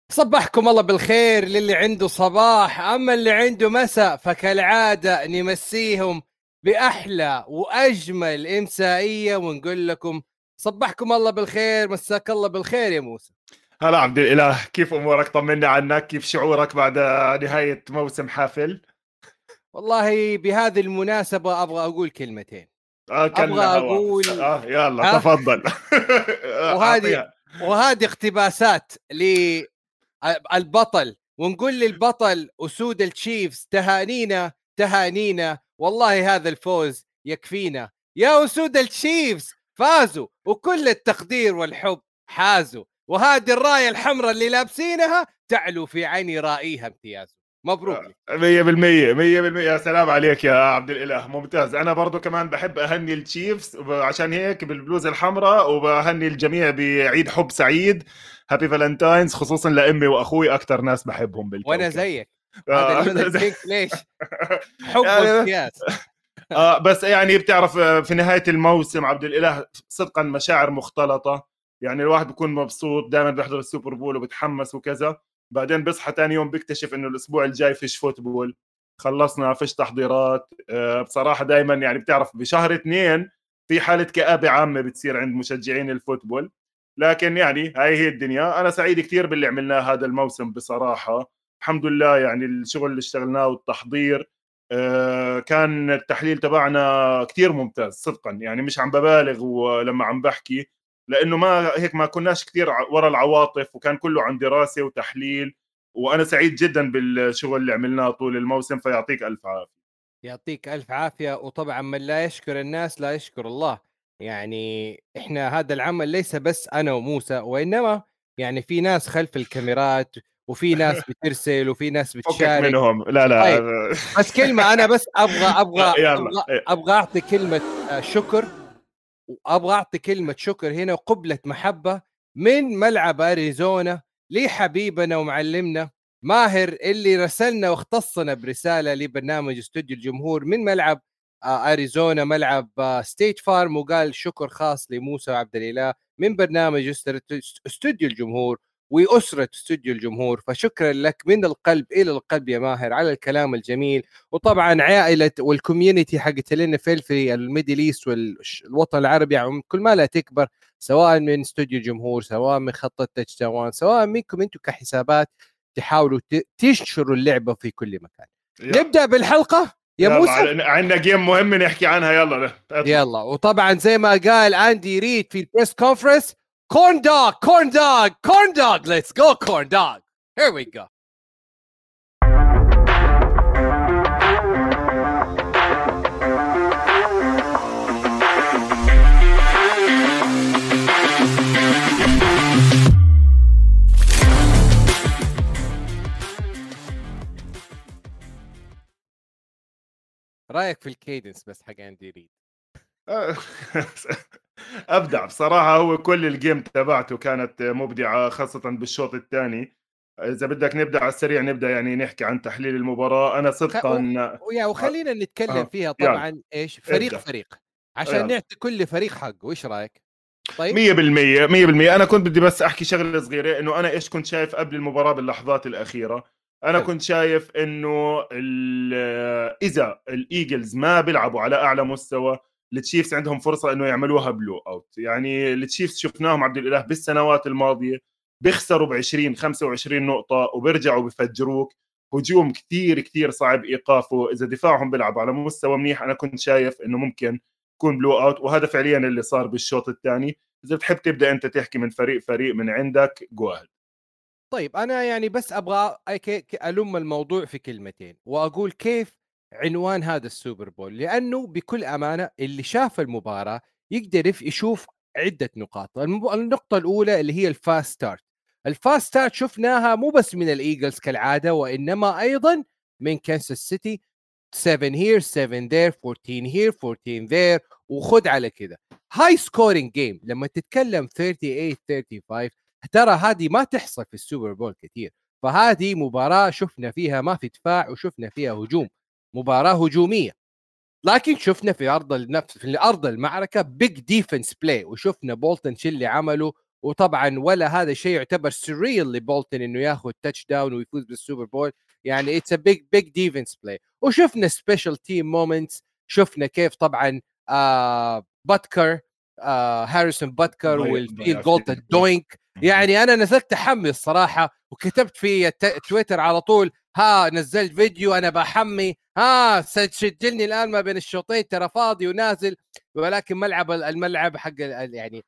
صبحكم الله بالخير للي عنده صباح، أما اللي عنده مساء فكالعادة نمسيهم بأحلى وأجمل إمسائية ونقول لكم صبحكم الله بالخير، مساك الله بالخير يا موسى. هلا عبد الإله، كيف أمورك؟ طمني عنك، كيف شعورك بعد نهاية موسم حافل؟ والله بهذه المناسبة أبغى أقول كلمتين. أبغى كلنا هوا. أقول يلا ها تفضل. وهذه أعطيها. وهذه اقتباسات للبطل، ونقول للبطل أسود التشيفز تهانينا تهانينا، والله هذا الفوز يكفينا. يا أسود التشيفز فازوا وكل التقدير والحب حازوا، وهذه الراية الحمراء اللي لابسينها تعلو في عيني رائيها امتياز. مبروك لك. 100% 100%. يا سلام عليك يا عبد الإله، ممتاز. أنا برضو كمان بحب أهني التشيفز، عشان هيك بالبلوزة الحمراء، وبهني الجميع بعيد حب سعيد. هابي فالنتاينز، خصوصا لأمي وأخوي، أكتر ناس بحبهم وأنا بالكوكب. زيك، هذا لون البينك ليش؟ حب يعني وامتياز. بس يعني بتعرف، في نهاية الموسم عبد الإله صدقا مشاعر مختلطة. يعني الواحد بيكون مبسوط، دائما بيحضر السوبر بول وبتحمس وكذا. بعدين بيصحى تاني يوم بيكتشف انه الاسبوع الجاي فيش فوتبول، خلصنا فيش تحضيرات. بصراحة دائما يعني بتعرف بشهر 2 في حالة كآبة عامة بتصير عند مشجعين الفوتبول. لكن يعني هاي هي الدنيا. انا سعيد كثير باللي عملناه هذا الموسم بصراحة. الحمد لله، يعني الشغل اللي اشتغلناه والتحضير. كان التحليل تبعنا كتير ممتاز صدقا، يعني مش عم ببالغ ولما عم بحكي، لانه ما هيك ما كناش كتير ورا العواطف، وكان كله عن دراسة وتحليل. وانا سعيد جدا بالشغل اللي عملناه طول الموسم، فيعطيك الف عافية. يعطيك ألف عافية. وطبعا من لا يشكر الناس لا يشكر الله. يعني إحنا هذا العمل ليس بس أنا وموسى، وإنما يعني في ناس خلف الكاميرات، وفي ناس بترسل، وفي ناس فكك بتشارك. منهم، لا لا. طيب، بس كلمة، أنا بس يلا. أبغى أعطي كلمة شكر، وأبغى أعطي كلمة شكر هنا وقبلة محبة من ملعب أريزونا لحبيبنا ومعلمنا ماهر، اللي رسلنا واختصنا برسالة لبرنامج استوديو الجمهور من ملعب أريزونا، ملعب ستيت فارم، وقال شكر خاص لموسى وعبد الإله من برنامج استوديو الجمهور وأسرة استوديو الجمهور. فشكرا لك من القلب إلى القلب يا ماهر على الكلام الجميل. وطبعا عائله والكوميونتي حقت لنا في الميدل ايست والوطن العربي، يعني كل ما لا تكبر، سواء من استوديو جمهور، سواء من خط التاتش تاون، سواء منكم انتم كحسابات تحاولوا تنشروا اللعبه في كل مكان. يلا نبدا بالحلقه يا يلا، موسى. عندنا جيم مهم نحكي عنها، يلا اطلع. يلا، وطبعا زي ما قال اندي ريد في البريس كونفرنس، كورن دوغ كورن دوغ كورن دوغ، ليتس جو كورن دوغ، هير وي جو. رايك في الكيدنس بس حق اندي ريد؟ ابدع بصراحه. هو كل الجيم تبعته كانت مبدعه، خاصه بالشوط الثاني. اذا بدك نبدا على السريع، نبدا يعني نحكي عن تحليل المباراه. انا صدقا وخلينا نتكلم فيها يلا طبعا ايش فريق ابدا. فريق، عشان يلا نعطي كل فريق حقه. ايش رايك؟ طيب. 100% 100%. انا كنت بدي بس احكي شغله صغيره، انه انا ايش كنت شايف قبل المباراه باللحظات الاخيره. انا حلو. كنت شايف انه اذا الايجلز ما بيلعبوا على اعلى مستوى، التشيفز عندهم فرصه انه يعملوها بلو اوت. يعني التشيفز شفناهم عبد الاله بالسنوات الماضيه بيخسروا ب 20 25 نقطه وبيرجعوا بفجروك. هجوم كثير كثير صعب ايقافه. اذا دفاعهم بيلعب على مستوى منيح، انا كنت شايف انه ممكن يكون بلو اوت، وهذا فعليا اللي صار بالشوط الثاني. اذا بتحب تبدا انت تحكي من فريق فريق من عندك، جو اهيد. طيب انا يعني بس ابغى الم الموضوع في كلمتين واقول كيف عنوان هذا السوبر بول، لانه بكل امانه اللي شاف المباراه يقدر يشوف عده نقاط. النقطه الاولى اللي هي الفاست ستارت. الفاست ستارت شفناها مو بس من الايجلز كالعاده، وانما ايضا من كانساس سيتي. 7 here 7 there 14 here 14 there، وخد على كده هاي سكورينج جيم. لما تتكلم 38 35، ترى هذه ما تحصل في السوبر بول كثير. فهذه مباراة شفنا فيها ما في دفاع وشفنا فيها هجوم، مباراة هجومية. لكن شفنا في ارض المعركة بيج ديفنس بلاي، وشفنا بولتن شو اللي عمله، وطبعا ولا هذا الشيء يعتبر سريل لبولتن انه ياخذ تاتش داون ويفوز بالسوبر بول. يعني اتس ا بيج ديفنس بلاي. وشفنا سبيشال تيم مومنتس، شفنا كيف طبعا باتكر هاريسون باتكر والفيل جولد الدوينك. يعني انا نزلت تحمس صراحه، وكتبت في تويتر على طول نزلت فيديو انا بحمي سجلني الان ما بين الشوطين ترى فاضي ونازل. ولكن الملعب حق يعني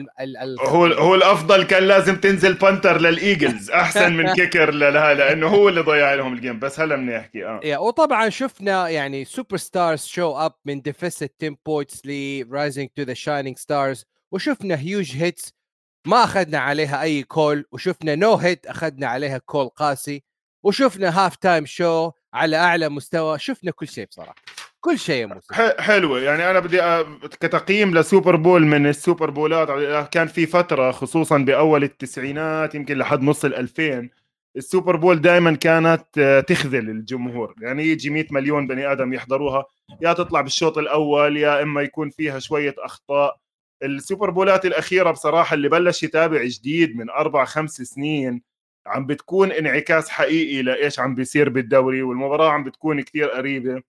هو الافضل كان لازم تنزل بانتر للايجلز احسن من كيكر لانه هو اللي ضيع لهم الجيم. بس هلا بنحكي وطبعا شفنا يعني سوبر ستارز شو اب من ديفيسيت 10 بوينتس لرايزنج تو ذا شاينينج ستارز، وشفنا هيوج هيتس ما اخذنا عليها اي كول، وشفنا نو هيت اخذنا عليها كول قاسي، وشفنا هاف تايم شو على اعلى مستوى. شفنا كل شيء بصراحه، كل شيء حلوه. يعني انا بدي كتقييم لسوبر بول من السوبر بولات، كان في فتره خصوصا باول التسعينات يمكن لحد نص ال2000 السوبر بول دائما كانت تخذل الجمهور. يعني يجي 100 مليون بني ادم يحضروها، يا تطلع بالشوط الاول يا اما يكون فيها شويه اخطاء. السوبر بولات الاخيره بصراحه اللي بلش يتابع جديد من 4-5 سنين عم بتكون انعكاس حقيقي لايش عم بيصير بالدوري، والمباراه عم بتكون كتير قريبه.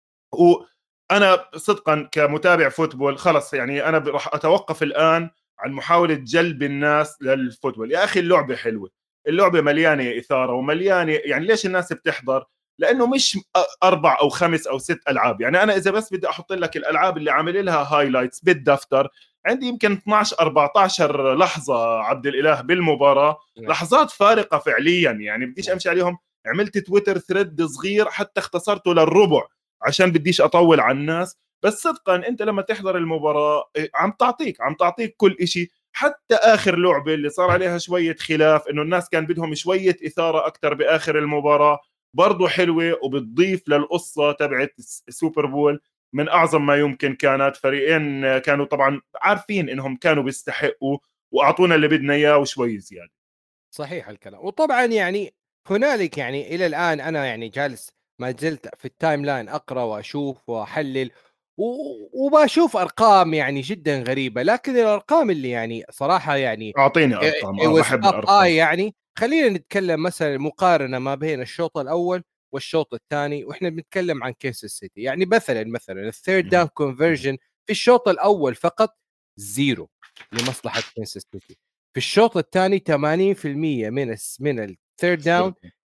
وانا صدقا كمتابع فوتبول خلص يعني انا راح اتوقف الان عن محاوله جلب الناس للفوتبول. يا اخي اللعبه حلوه، اللعبه مليانه اثاره ومليانه، يعني ليش الناس بتحضر؟ لانه مش 4 أو 5 أو 6 العاب. يعني انا اذا بس بدي احط لك الالعاب اللي عامل لها هايلايتس بالدفتر عندي يمكن 12 14 لحظه عبد الاله بالمباراه، لحظات فارقه فعليا. يعني بديش امشي عليهم. عملت تويتر ثريد صغير حتى اختصرته للربع عشان بديش اطول على الناس. بس صدقا انت لما تحضر المباراه عم تعطيك كل إشي. حتى اخر لعبه اللي صار عليها شويه خلاف انه الناس كان بدهم شويه اثاره اكثر باخر المباراه، برضو حلوه وبتضيف للقصه تبعت السوبر بول من اعظم ما يمكن. كانت فريقين كانوا طبعا عارفين انهم كانوا بيستحقوا واعطونا اللي بدنا اياه وشوي زياده. صحيح الكلام. وطبعا يعني هنالك يعني الى الان انا يعني جالس ما زلت في التايم لاين اقرا واشوف واحلل وبشوف ارقام يعني جدا غريبه، لكن الارقام اللي يعني صراحه يعني اعطيني ارقام، it was بحب up الارقام. يعني خلينا نتكلم مثلا مقارنه ما بين الشوط الاول والشوط الثاني، واحنا بنتكلم عن كيسس سيتي. يعني مثلا الثيرد داون كونفرجن في الشوط الاول فقط زيرو لمصلحه كيسس سيتي. في الشوط الثاني 80% من الثيرد داون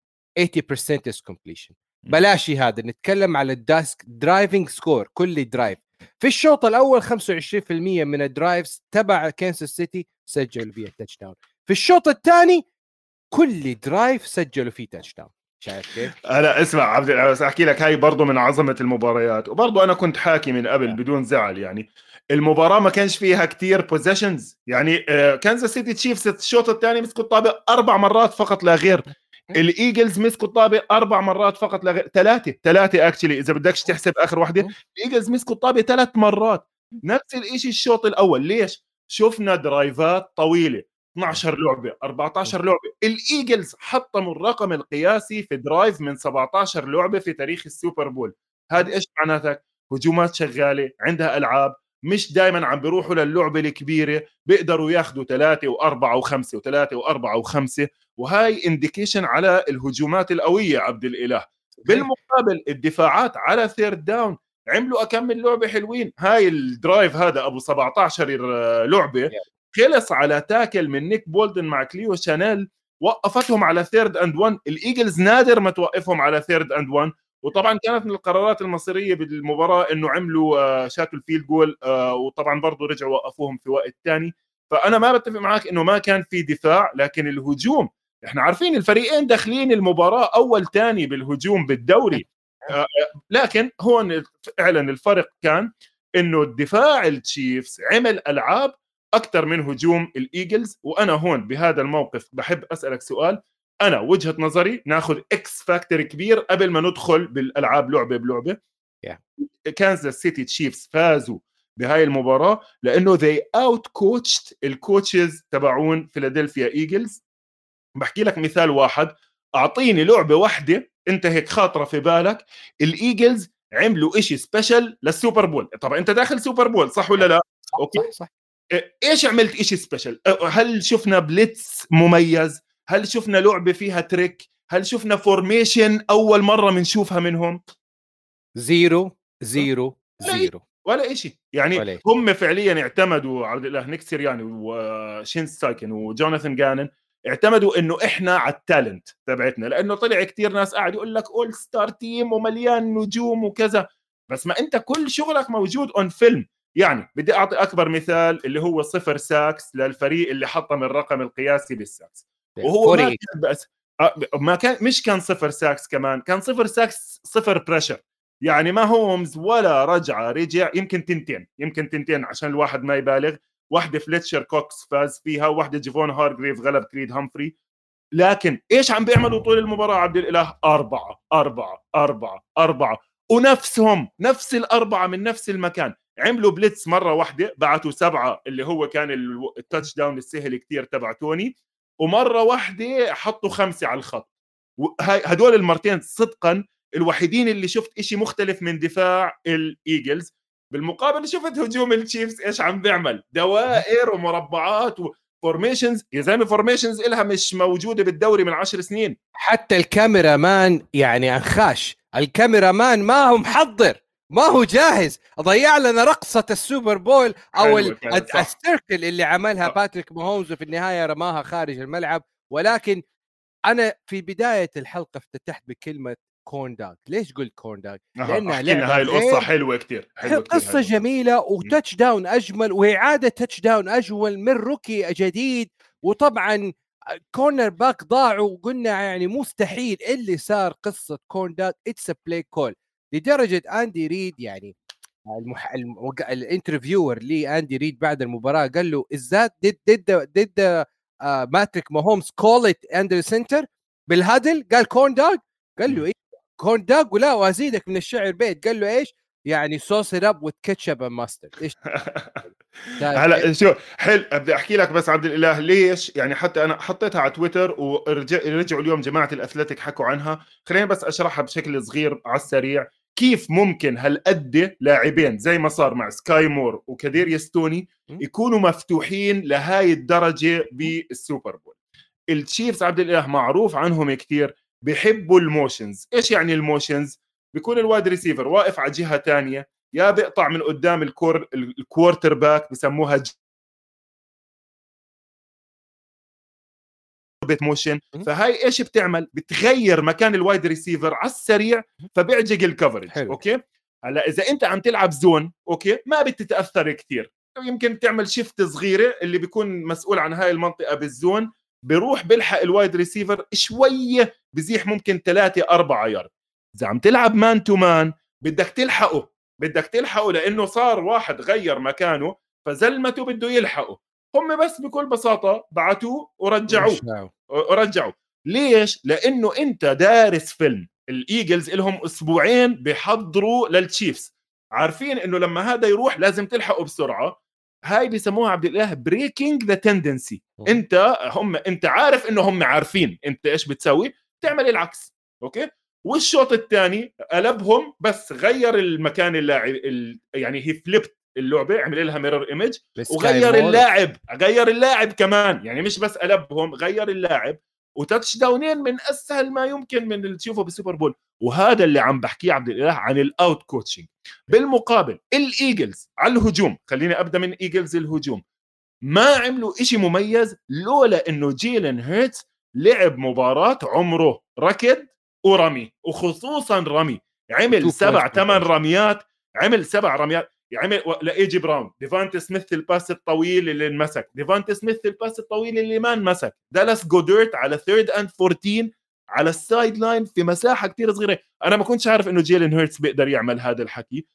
80% is completion. بلاشي هذا، نتكلم على الداسك درايفنج سكور كل درايف. في الشوط الاول 25% من الدرايفز تبع كانساس سيتي سجلوا فيها تاتش داون. في الشوط الثاني كل درايف سجلوا فيه تاتش داون. شايف كيف؟ هلا اسمع عبد العزيز، احكي لك هاي برضه من عظمه المباريات. وبرضه انا كنت حاكي من قبل بدون زعل، يعني المباراه ما كانش فيها كتير بوزيشنز. يعني كانزاس سيتي تشيفز الشوط الثاني مسكوا الطابه 4 مرات فقط لا غير. الايجلز مسكوا الطابه 4 مرات فقط لا غير، ثلاثه اكشلي اذا بدكش تحسب اخر واحده. الايجلز مسكوا الطابه 3 مرات. نفس الشيء الشوط الاول. ليش؟ شفنا درايفات طويله 12 لعبه 14 لعبه. الايجلز حطموا الرقم القياسي في درايف من 17 لعبه في تاريخ السوبر بول. هذا ايش معناتك؟ هجومات شغاله، عندها العاب، مش دائما عم بيروحوا للعبه الكبيره، بيقدروا ياخذوا 3 و4 و5 و3 و4 و5. وهاي انديكيشن على الهجومات القويه عبد الاله. بالمقابل الدفاعات على ثيرد داون عملوا اكمل لعبه حلوين. هاي الدرايف هذا ابو 17 لعبه خلص على تاكل من نيك بولدن مع كليو شانيل، وقفتهم على ثيرد اند 1. الايجلز نادر ما توقفهم على ثيرد اند 1. وطبعا كانت من القرارات المصيريه بالمباراه انه عملوا شاتوا الفيلد جول، وطبعا برضه رجعوا وقفوهم في وقت ثاني. فانا ما بتفق معك انه ما كان في دفاع، لكن الهجوم احنا عارفين الفريقين داخلين المباراه اول ثاني بالهجوم بالدوري. لكن هون فعلا الفرق كان انه الدفاع التشيفز عمل العاب اكثر من هجوم الايجلز. وانا هون بهذا الموقف بحب اسالك سؤال. انا وجهه نظري ناخذ اكس فاكتور كبير قبل ما ندخل بالالعاب لعبه بلعبه. كانزاس سيتي تشيفز فازوا بهاي المباراه لانه they out coached الكوتشز تبعون فيلادلفيا ايجلز. بحكي لك مثال واحد، اعطيني لعبه واحده انت هيك خاطره في بالك الايجلز عملوا إشي سبيشل للسوبر بول. طبعا انت داخل سوبر بول صح ولا لا؟ اوكي صح. ايش عملت إشي سبيشل؟ هل شفنا بليتس مميز؟ هل شفنا لعبة فيها تريك؟ هل شفنا فورميشن أول مرة منشوفها منهم؟ زيرو ولا إشي. يعني ولا هم فعليا اعتمدوا عبد الله نيك سيرياني وشين سايكن وجوناثان جانن اعتمدوا انه احنا على التالنت تبعتنا، لانه طلع كتير ناس قاعد يقول لك اول ستار تيم ومليان نجوم وكذا، بس ما انت كل شغلك موجود اون فيلم. يعني بدي اعطي اكبر مثال اللي هو 0 ساكس للفريق اللي حطم الرقم القياسي بالساكس، وهو ما كان بس ما كان مش كان 0 ساكس، كمان كان 0 ساكس 0 بريشر. يعني ما هومز ولا رجع يمكن تنتين عشان الواحد ما يبالغ. واحدة فليتشر كوكس فاز فيها، واحدة جيفون هارجريف غلب كريد همفري. لكن ايش عم بيعملوا طول المباراة عبد الإله؟ 4 ونفسهم نفس الأربعة من نفس المكان. عملوا بليتس مرة واحدة بعتوا 7 اللي هو كان التاتش داون السهل كتير تبع توني، ومرة واحدة حطوا 5 على الخط. هدول المرتين صدقا الوحيدين اللي شفت إشي مختلف من دفاع الإيجلز. بالمقابل شفت هجوم التشيفز ايش عم بيعمل، دوائر ومربعات وفورميشنز. يا زلمه فورميشنز إلها مش موجوده بالدوري من 10 سنين. حتى الكاميرا مان يعني انخاش، الكاميرا مان ما هو محضر، ما هو جاهز، ضيع لنا رقصة السوبر بول او السيركل اللي عملها باتريك ماهومز في النهاية رماها خارج الملعب. ولكن انا في بداية الحلقة افتتحت بكلمة كورن دوغ. ليش قلت كورن دوغ؟ لانها لعبة هاي القصة حلوة كتير، قصة جميلة وتاتش داون اجمل واعادة تاتش داون اجمل من روكي جديد. وطبعا كورنر باك ضاعوا وقلنا يعني مستحيل اللي صار. قصة كورن دوغ اتس ا بلاي كول لدرجة اندي ريد يعني الانترفيور لي اندي ريد بعد المباراة قال له ازاي did ماتريك ماهومز كول ات اندر سنتر بالهدل؟ قال كورن دوغ. قال له ايه كورن دوغ؟ ولا وازيدك من الشعر بيت. قال له ايش يعني صوص اب وكاتشب ماستر. ايش هلا شو حلو. بدي احكي لك بس عبد الاله ليش، يعني حتى انا حطيتها على تويتر ورجعوا اليوم جماعه الاثليتيك حكوا عنها. خلينا بس اشرحها بشكل صغير على السريع. كيف ممكن هالقد لاعبين زي ما صار مع سكاي مور وكادير يستوني يكونوا مفتوحين لهاي الدرجه بالسوبر بول؟ التشيفز عبد الاله معروف عنهم كثير بيحبوا الموشنز. ايش يعني الموشنز؟ بيكون الوايد ريسيفر واقف على جهه ثانيه، يا بيقطع من قدام الكوارتر باك بسموها موشن. فهاي ايش بتعمل؟ بتغير مكان الوايد ريسيفر على السريع فبيعجق الكفرج. اوكي هلا اذا انت عم تلعب زون اوكي ما بتتاثر كثير، يمكن تعمل شيفت صغيره اللي بيكون مسؤول عن هاي المنطقه بالزون، بيروح بيلحق الوايد ريسيفر شويه، بزيح ممكن 3-4 يارد. اذا عم تلعب مان تو مان بدك تلحقه لانه صار واحد غير مكانه فزلمته بده يلحقه. هم بس بكل بساطه بعتوه ورجعوا. ليش؟ لانه انت دارس فيلم. الايجلز لهم اسبوعين بيحضروا للتشيفز، عارفين انه لما هذا يروح لازم تلحقه بسرعه. هاي بيسموها عبد الله بريكينج ذا تندنسي. انت عارف انه هم عارفين انت ايش بتسوي، تعمل العكس. اوكي والشوط الثاني قلبهم بس غير المكان اللاعب يعني هي فليبت اللعبه، عمل لها ميرور ايمج وغير اللاعب كمان. يعني مش بس قلبهم، غير اللاعب. وتاتش داونين من اسهل ما يمكن من اللي تشوفه بالسوبر بول. وهذا اللي عم بحكيه عبد الاله عن الاوت كوتشنج. بالمقابل الايجلز على الهجوم، خليني ابدا من ايجلز الهجوم، ما عملوا إشي مميز لولا انه جيلن هيرتز لعب مباراة عمره ركض ورمي، وخصوصا رمي. عمل 7-8 رميات، عمل 7 رميات. عمل لايجي براون، ديفانتي سميث الباس الطويل اللي انمسك، ديفانتي سميث الباس الطويل اللي ما انمسك، دالاس جودرت على 3rd and 14 على السايد لاين في مساحة كتير صغيرة. انا ما كنتش عارف انه جيلن هيرتز بيقدر يعمل هذا الحكي.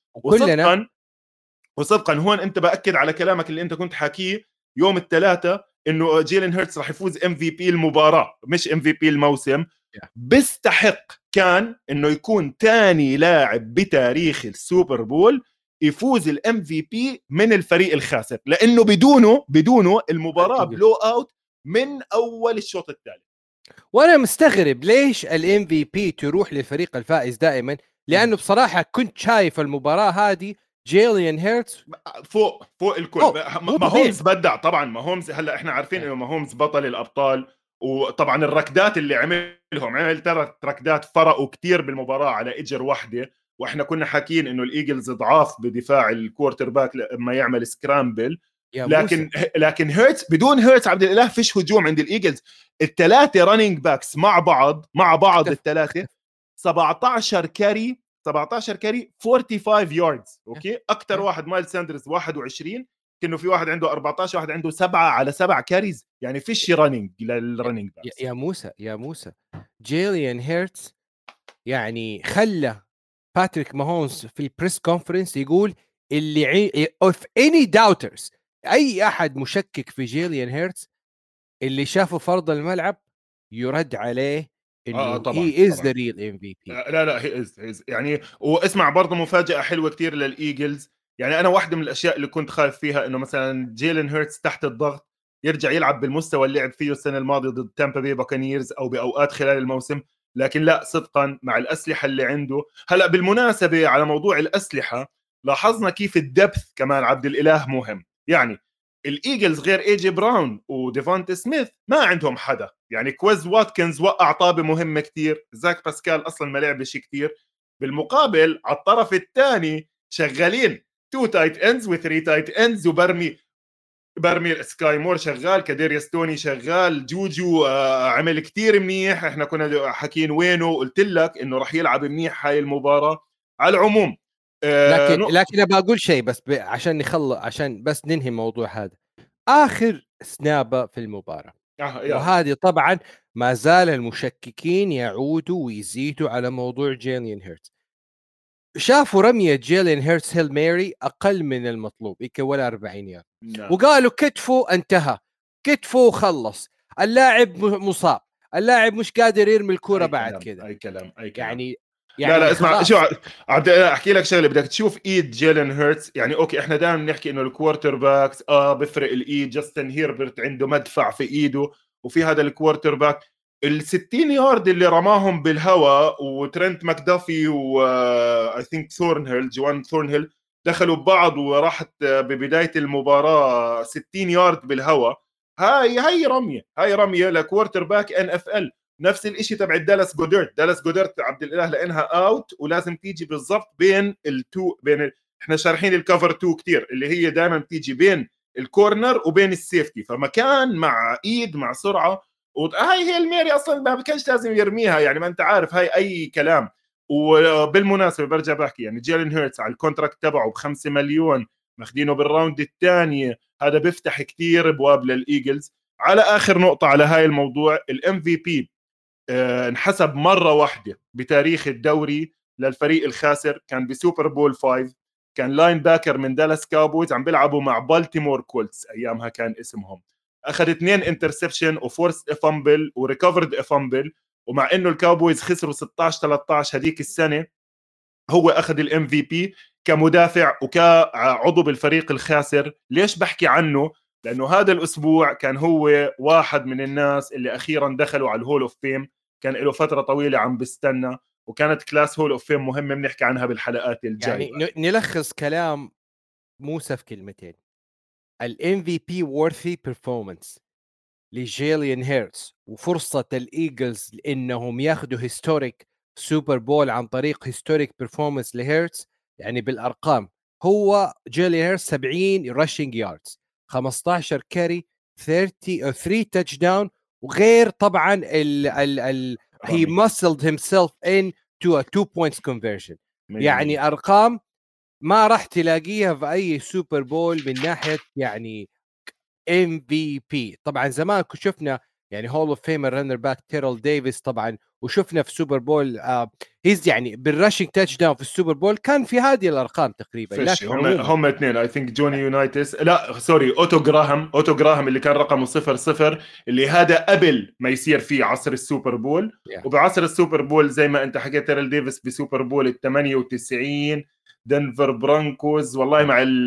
وصدقا هون انت باكد على كلامك اللي انت كنت حكيه يوم الثلاثاء انه جيلن هيرتز راح يفوز MVP المباراة مش MVP الموسم. بيستحق كان انه يكون ثاني لاعب بتاريخ السوبر بول يفوز MVP من الفريق الخاسر، لانه بدونه المباراة بلو اوت من اول الشوط الثالث. وانا مستغرب ليش MVP تروح للفريق الفائز دائما، لانه بصراحة كنت شايف المباراة هذه جيلين هيرتز فوق الكل. ما هومز بدع طبعا. ما هومز هلا احنا عارفين انه ما هومز بطل الابطال، وطبعا الركضات اللي عمل 3 ركضات فرقوا كتير بالمباراه على اجر واحده، واحنا كنا حاكين انه الايجلز ضعاف بدفاع الكوارتر باك لما يعمل سكرامبل. لكن هيرتز، بدون هيرتز عبد الاله فيش هجوم عند الايجلز. الثلاثه رانينج باكس مع بعض الثلاثه 17 كاري 45 ياردز. اوكي، اكثر واحد مايل ساندرز 21، كأنه في واحد عنده 14، واحد عنده 7 على 7 كاريز. يعني فيش رننج للرننج باكس. يا موسى جيلين هيرتز يعني خلى باتريك ماهومز في البريس كونفرنس يقول اللي of any doubters، اي احد مشكك في جيلين هيرتز اللي شافه فرض الملعب يرد عليه انه طبعا he is the real MVP. لا هي از يعني. واسمع برضه مفاجأة حلوة كتير للإيجلز. يعني أنا واحدة من الأشياء اللي كنت خايف فيها إنه مثلا جيلين هيرتز تحت الضغط يرجع يلعب بالمستوى اللي لعب فيه السنة الماضية ضد تامبا بي باكانيرز أو بأوقات خلال الموسم. لكن لا، صدقا مع الأسلحة اللي عنده هلأ. بالمناسبة على موضوع الأسلحة، لاحظنا كيف الدبث كمان عبد الإله مهم. يعني الايجلز غير اي جي براون وديفونت سميث ما عندهم حدا. يعني كويز واتكنز وقع طابه مهمه كتير، زاك باسكال اصلا ما لعبش كتير. بالمقابل على الطرف الثاني شغالين 2 تايت اندز و3 تايت اندز، وبرمي سكاي مور شغال، كاديريوس توني شغال، جوجو عمل كتير منيح. احنا كنا حكين وينه، قلت لك انه راح يلعب منيح هاي المباراه. على العموم لكن بقول شيء بس عشان نخلص، عشان بس ننهي الموضوع هذا. اخر سنابه في المباراه وهذه طبعا ما زال المشككين يعودوا ويزيدوا على موضوع جيلين هيرتز. شافوا رميه جيلين هيرتز هيل ماري اقل من المطلوب، ولا 40 يارد، وقالوا كتفه انتهى، كتفه وخلص، اللاعب مصاب، اللاعب مش قادر يرمي الكرة بعد كده. اي كلام يعني لا اسمع شو عبد احكي لك شغله. بدك تشوف ايد جيلين هيرتز. يعني اوكي احنا دائما بنحكي انه الكوارتر باكس بفرق الايد. جاستن هيربرت عنده مدفع في ايده، وفي هذا الكوارتر باك ال60 يارد اللي رماهم بالهواء، وترنت ماكدافي و اي ثينك جوان ثورنهيل دخلوا ببعض، وراحت ببدايه المباراه 60 يارد بالهواء. هاي رميه لكوارتر باك ان اف ال. نفس الشيء تبع دالاس جودرت عبد الاله لانها اوت، ولازم تيجي بالضبط بين التو، احنا شارحين الكفر 2 كتير، اللي هي دائما بتيجي بين الكورنر وبين السيفتي. فمكان مع ايد مع سرعه، وهاي هي الميري اصلا ما كانش لازم يرميها. يعني ما انت عارف هاي اي كلام. وبالمناسبه برجع بحكي، يعني جيلين هيرتز على الكونتراكت تبعه ب5 مليون ماخذينه بالراوند الثانيه، هذا بيفتح كتير ابواب للايجلز. على اخر نقطه على هاي الموضوع، الام في بي انحسب مرة واحدة بتاريخ الدوري للفريق الخاسر، كان بسوبر بول 5. كان لاين باكر من دالاس كاوبويز عم بيلعبوا مع بالتيمور كولتس، أيامها كان اسمهم. أخذ 2 انترسبشن وفورس فامبل وريكفرد فامبل، ومع إنه الكاوبويز خسروا 16-13 هديك السنة، هو أخذ الام في بي كمدافع وكعضو بالفريق الخاسر. ليش بحكي عنه؟ لأنه هذا الأسبوع كان هو واحد من الناس اللي أخيرا دخلوا على الهول اوف فيم. كان له فترة طويلة عم بستنى، وكانت كلاس هول اوف فيم مهمة بنحكي عنها بالحلقات الجاية. يعني نلخص كلام موسى في كلمتين: الام في بي worthy performance لجيلين هيرتز، وفرصة الإيجلز إنهم ياخدوا هيستوريك سوبر بول عن طريق هيستوريك بيرفورمانس لهيرتز. يعني بالأرقام هو جيلين هيرتز 70 راشينج ياردز، 15 كاري، 3 تاتش داون، وغير طبعا he muscled himself into a 2 points conversion. يعني أرقام ما راح تلاقيها في أي سوبر بول من ناحية يعني MVP. طبعا زمان شفنا يعني هول اوف فيمر رانر باك تيرل ديفيس طبعا، وشفنا في سوبر بول هيز يعني بالراشينج تاتش داون في السوبر بول كان في هذه الارقام تقريبا. لكن هم اثنين اي ثينك جوني يونايتس، لا سوري، اوتو جراهام اللي كان رقمه 00، اللي هذا قبل ما يصير فيه عصر السوبر بول. وبعصر السوبر بول زي ما انت حكيت تيرل ديفيس بسوبر بول 98 دنفر برانكوز، والله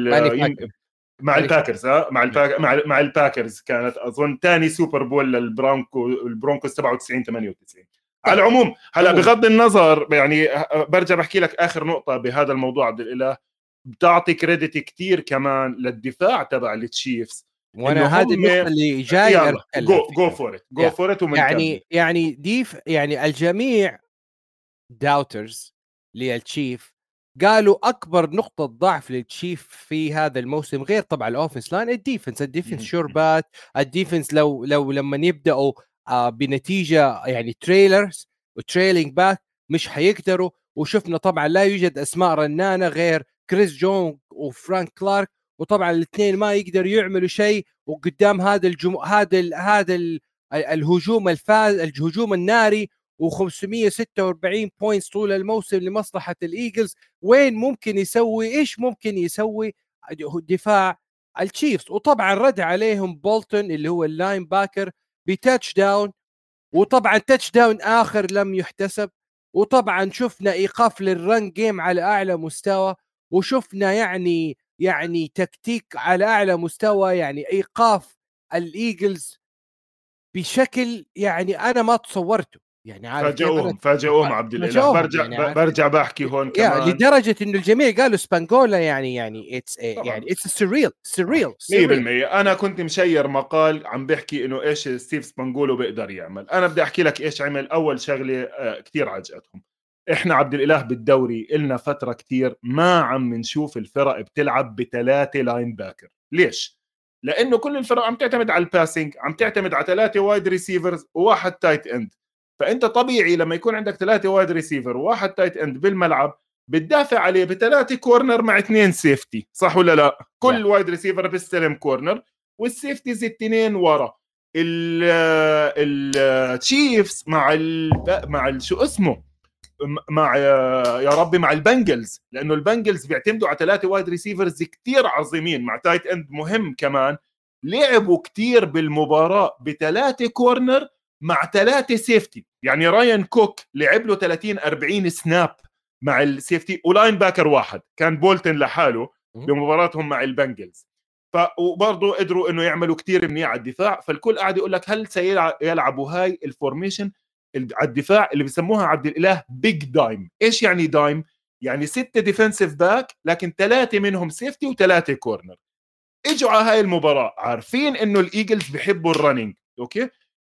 مع الباكرز مع الباكرز كانت اظن ثاني سوبر بول البرونكوز 97 98. على العموم هلا بغض النظر، يعني برجع بحكي لك اخر نقطه بهذا الموضوع عبد الاله. بتعطي كريدت كتير كمان للدفاع تبع التشيفز، وانا انه هذه هم النقطه اللي جاي يلا اتكلم جو فيها. فور ات جو فور ات ومنكمل. يعني يعني الجميع داوترز للتشيف قالوا اكبر نقطه ضعف للتشيف في هذا الموسم، غير طبعا الاوفنس لاين، الديفنس شوربات. الديفنس لو لما يبداوا بنتيجه يعني تريلرز وتريلينج باك مش حيقدروا. وشفنا طبعا لا يوجد اسماء رنانه غير كريس جون وفرانك كلارك، وطبعا الاثنين ما يقدروا يعملوا شيء وقدام الهجوم الهجوم الناري و546 بوينتس طول الموسم لمصلحة الإيجلز. وين ممكن يسوي إيش ممكن يسوي دفاع التشيفز؟ وطبعا رد عليهم بولتون اللي هو اللاين باكر بتاتش داون، وطبعا تاتش داون آخر لم يحتسب. وطبعا شفنا إيقاف للرن جيم على أعلى مستوى، وشفنا يعني تكتيك على أعلى مستوى، يعني إيقاف الإيجلز بشكل يعني أنا ما تصورته. يعني عارف كيف أنا فاجئوهم عبد الاله. فاجأوهم يعني عارف برجع بحكي هون كمان لدرجة إنه الجميع قالوا سبانجولا يعني طبعا it's surreal. 100%. انا كنت مشير مقال عم بحكي انه ايش ستيف سبانجولو بيقدر يعمل. انا بدي احكي لك ايش عمل. اول شغله كتير عجقتهم، احنا عبد الاله بالدوري إلنا فتره كتير ما عم نشوف الفرق بتلعب بثلاثه لاين باكر. ليش؟ لانه كل الفرق عم تعتمد على الباسنج، عم تعتمد على ثلاثه وايد ريسيفرز وواحد تايت اند. فانت طبيعي لما يكون عندك ثلاثه وايد ريسيفر وواحد تايت اند بالملعب بتدافع عليه بثلاثه كورنر مع اثنين سيفتي، صح ولا لا؟ كل وايد ريسيفر بيستلم كورنر والسيفتيز الاثنين ورا. التشيفز مع شو اسمه مع يا ربي مع البنجلز، لانه البنجلز بيعتمدوا على ثلاثه وايد ريسيفرز كتير عظيمين مع تايت اند مهم كمان. لعبوا كتير بالمباراه بثلاثه كورنر مع ثلاثه سيفتي. يعني رايان كوك لعب له 30-40 سناب مع السيفتي، ولاين باكر واحد كان بولتن لحاله بمباراتهم مع البنجلز. وبرضه قدروا انه يعملوا كتير منيح على الدفاع. فالكل قاعد يقول لك هل سيلعبوا هاي الفورميشن على الدفاع اللي بيسموها عبد الاله بيج دايم. ايش يعني دايم؟ يعني 6 ديفنسيف باك لكن 3 منهم سيفتي و3 كورنر. اجوا على هاي المباراه عارفين انه الايجلز بيحبوا الرننج، اوكي،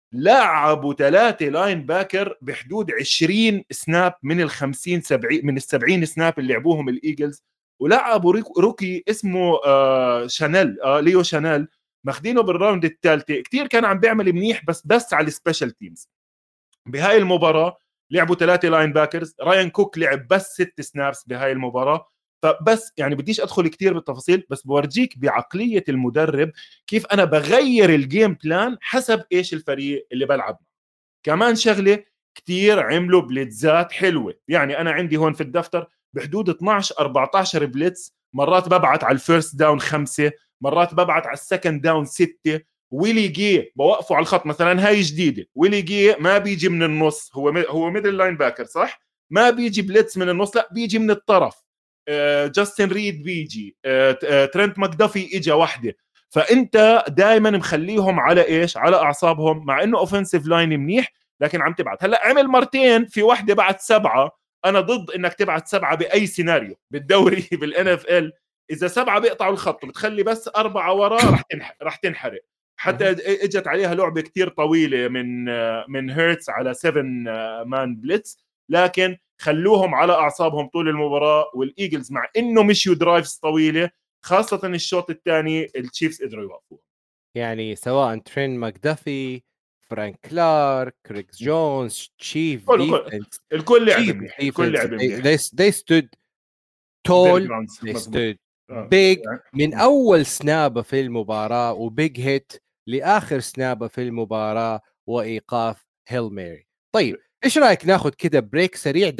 لعبوا 3 لاين باكر بحدود 20 سناب من ال 50 70 من ال 70 سناب اللي لعبوهم الايجلز. ولعبوا روكي اسمه شانيل، ليو شانيل، ماخدينه بالراوند الثالثه. كتير كان عم بيعمل منيح بس على السبيشال تيمز. بهاي المباراه لعبوا 3 لاين باكرز. رايان كوك لعب بس 6 سنابس بهاي المباراه. فبس يعني بديش ادخل كتير بالتفاصيل، بس بورجيك بعقليه المدرب كيف انا بغير الجيم بلان حسب ايش الفريق اللي بلعب. كمان شغله كتير عملوا بليتزات حلوه. يعني انا عندي هون في الدفتر بحدود 12-14 بليتز. مرات ببعت على الفيرست داون 5، مرات ببعت على السكند داون 6. ويلي جي بوقفوا على الخط مثلا، هاي جديده. ويلي جي ما بيجي من النص، هو ميدل لاين باكر صح، ما بيجي بليتس من النص، لا بيجي من الطرف. جاستن ريد بيجي، ترنت ماكدافي اجا واحده. فانت دائما مخليهم على ايش؟ على اعصابهم، مع انه اوفنسيف لاين منيح لكن عم تبعت. هلا عمل مرتين في واحده بعد 7. انا ضد انك تبعت 7 باي سيناريو بالدوري بالان اف ال. اذا 7 بيقطعوا الخط بتخلي بس 4 وراه رح تنحرق. حتى اجت عليها لعبه كتير طويله من هيرتز على 7 مان بليتس، لكن خلوهم على اعصابهم طول المباراه. والايجلز مع انه مشيوا درايفز طويله خاصه الشوط الثاني التشيفز قدروا يوقفوه. يعني سواء ترين ماكدافي، فرانك كلارك، كريكس جونز، تشيف ديفنس، الكل لعب منيح، الكل لعب منيح. they stood tall, they مزبوط. stood big من اول سنابه في المباراه، وبيج هيت لاخر سنابه في المباراه، وايقاف هيل ميري. طيب ايش رايك ناخذ كده بريك سريع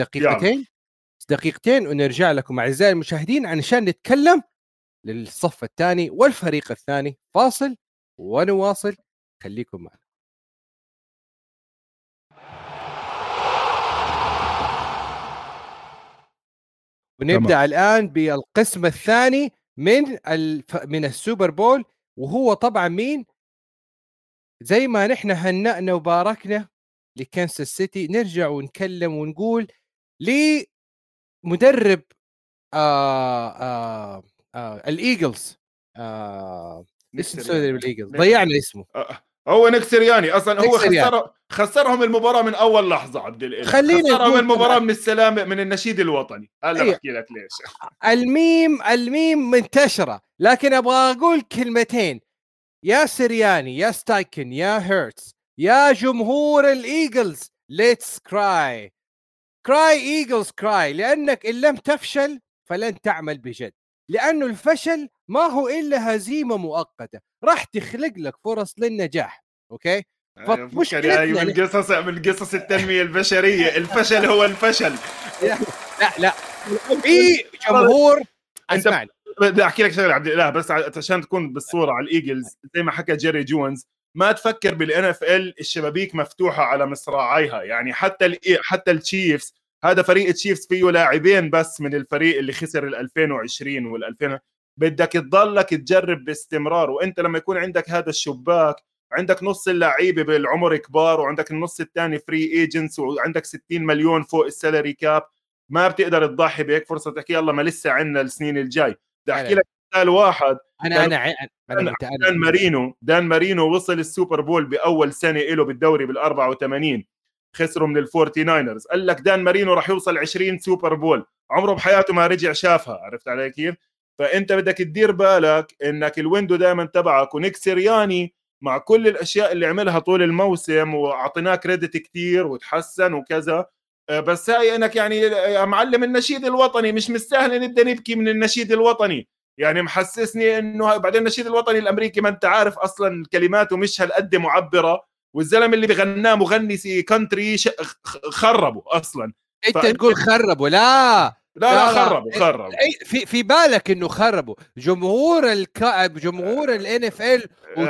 دقيقتين ونرجع لكم اعزائي المشاهدين عشان نتكلم للصف الثاني والفريق الثاني. فاصل ونواصل، خليكم معنا. ونبدأ تمام. الآن بالقسم الثاني من السوبر بول، وهو طبعا مين؟ زي ما نحن هنأنا وباركنا لكانساس سيتي، نرجع ونكلم ونقول لمدرب الايجلز نيك ايش نسوي سيرياني. بالايجلز؟ ضيعنا اسمه. هو نيك سيرياني اصلا، نيك هو سيريان. خسرهم المباراه من اول لحظه. عبد الاله خلينا خسرهم نقول المباراه طبعا. من السلامه، من النشيد الوطني. هلا ايوه، بحكي لك ليش. الميم منتشره، لكن ابغى اقول كلمتين. يا سرياني، يا ستايكن، يا هيرتس، يا جمهور الايجلز، ليتس كراي ايجلز كراي، لانك ان لم تفشل فلن تعمل بجد، لانه الفشل ما هو الا هزيمه مؤقته راح تخلق لك فرص للنجاح. اوكي، فكني هاي فمشكلتنا من قصص التنميه البشريه، الفشل هو الفشل. لا في جمهور. انت اسمعني، بدي احكي لك شغله عبد الاله، بس عشان تكون بالصوره على الايجلز زي ما حكى جيري جونز. ما تفكر بالان اف ال الشبابيك مفتوحه على مصراعيها، يعني حتى التشيفز، هذا فريق التشيفز فيه لاعبين بس من الفريق اللي خسر ال 2020 وال 2000. بدك تضلك تجرب باستمرار، وانت لما يكون عندك هذا الشباك، عندك نص اللعيبه بالعمر كبار، وعندك النص الثاني فري ايجنتس، وعندك 60 مليون فوق السالري كاب، ما بتقدر تضحي بهيك فرصه تحكي يلا ما لسه عندنا السنين الجاي. بدي احكي لا لك مثال واحد. انا انا ع- انا متألم. دان مارينو وصل السوبر بول باول سنه له بالدوري بال 84، خسروا من الفورتي ناينرز. قال لك دان مارينو راح يوصل 20 سوبر بول، عمره بحياته ما رجع شافها. عرفت علي كيف؟ فانت بدك تدير بالك انك الويندو دائما تبعك. ونيك سيرياني مع كل الاشياء اللي عملها طول الموسم واعطيناه كريدت كتير وتحسن وكذا، بس هاي انك يعني يا معلم النشيد الوطني مش مستاهل نبدا نبكي من النشيد الوطني. يعني محسسني انه بعدين النشيد الوطني الامريكي ما انت عارف اصلا كلماته مش هالقد معبره، والزلمه اللي بغناه مغني كونتري خربوا اصلا. انت تقول خربوا؟ لا لا خربوا. في بالك انه خربوا جمهور جمهور الان اف ال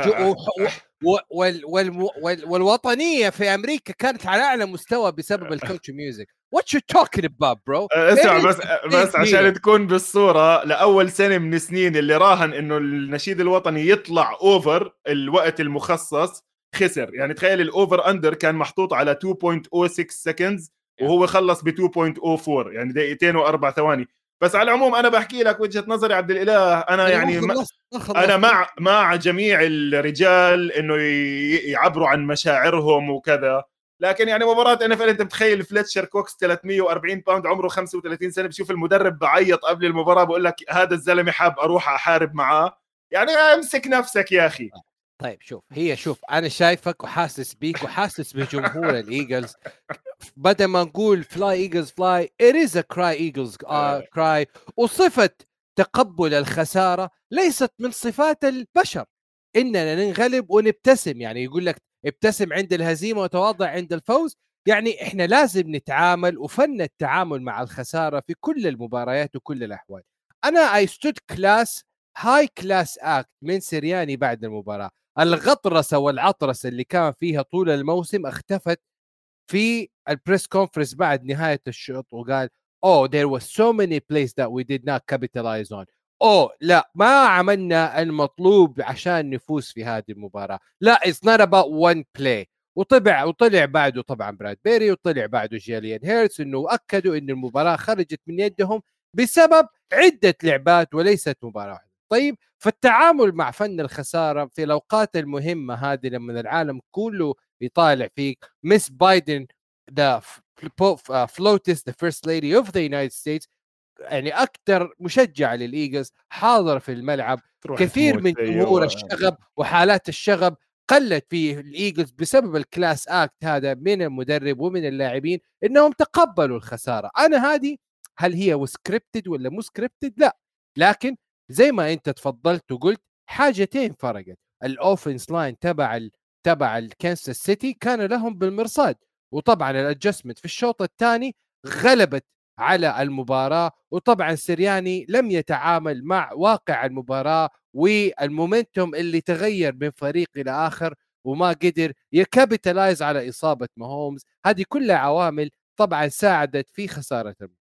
والوطنيه في امريكا كانت على اعلى مستوى بسبب الكوتش ميوزك. وات يو توكينج اباوت برو؟ اسمع بس عشان تكون بالصوره، لاول سنه من السنين اللي راهن انه النشيد الوطني يطلع اوفر الوقت المخصص خسر. يعني تخيل الاوفر اندر كان محطوط على 2.06 سكندز وهو خلص ب 2.04، يعني دقيقتين واربع ثواني. بس على العموم انا بحكي لك وجهه نظري عبد الاله. انا يعني انا مع جميع الرجال انه يعبروا عن مشاعرهم وكذا، لكن يعني مباراه ان اف ال انت متخيل فليتشر كوكس 340 باوند عمره 35 سنه بشوف المدرب بعيط قبل المباراه بقول لك هذا الزلمه حاب اروح احارب معاه. يعني امسك نفسك يا اخي. طيب شوف انا شايفك وحاسس بيك وحاسس بجمهور الايجلز. بدل ما نقول فلاي ايجلز فلاي، it is a cry eagles cry. وصفة تقبل الخسارة ليست من صفات البشر، إننا ننغلب ونبتسم. يعني يقول لك ابتسم عند الهزيمة وتواضع عند الفوز. يعني إحنا لازم نتعامل، وفن التعامل مع الخسارة في كل المباريات وكل الأحوال. أنا I stood class high class act من سرياني بعد المباراة. الغطرسة والعطرسة اللي كان فيها طول الموسم اختفت في البريس كونفرنس بعد نهاية الشوط، وقال oh there was so many plays that we did not capitalize on. لا ما عملنا المطلوب عشان نفوز في هذه المباراة. لا it's not about one play. وطلع بعده طبعا براد بيري، وطلع بعده جيليان هيرتس، انه اكدوا ان المباراة خرجت من يدهم بسبب عدة لعبات وليست مباراة واحدة. طيب، فالتعامل مع فن الخسارة في الأوقات المهمة هذه لما العالم كله يطالع فيك. مس بايدن the FLOTUS the first lady of the United States، يعني أكثر مشجع للإيجلز حاضر في الملعب. كثير من جمهور الشغب وحالات الشغب قلت في الإيجلز بسبب الكلاس أكت هذا من المدرب ومن اللاعبين، إنهم تقبلوا الخسارة. أنا هذه هل هي سكريبتد ولا مو سكريبتد؟ لا، لكن زي ما أنت تفضلت وقلت حاجتين فرقت. الأوفنس لاين تبع الكانساس سيتي كان لهم بالمرصاد، وطبعا الادجستمنت في الشوط الثاني غلبت على المباراة. وطبعا سرياني لم يتعامل مع واقع المباراة والمومنتوم اللي تغير من فريق إلى آخر، وما قدر يكابيتالايز على إصابة ماهومز. هذه كلها عوامل طبعا ساعدت في خسارة المباراة.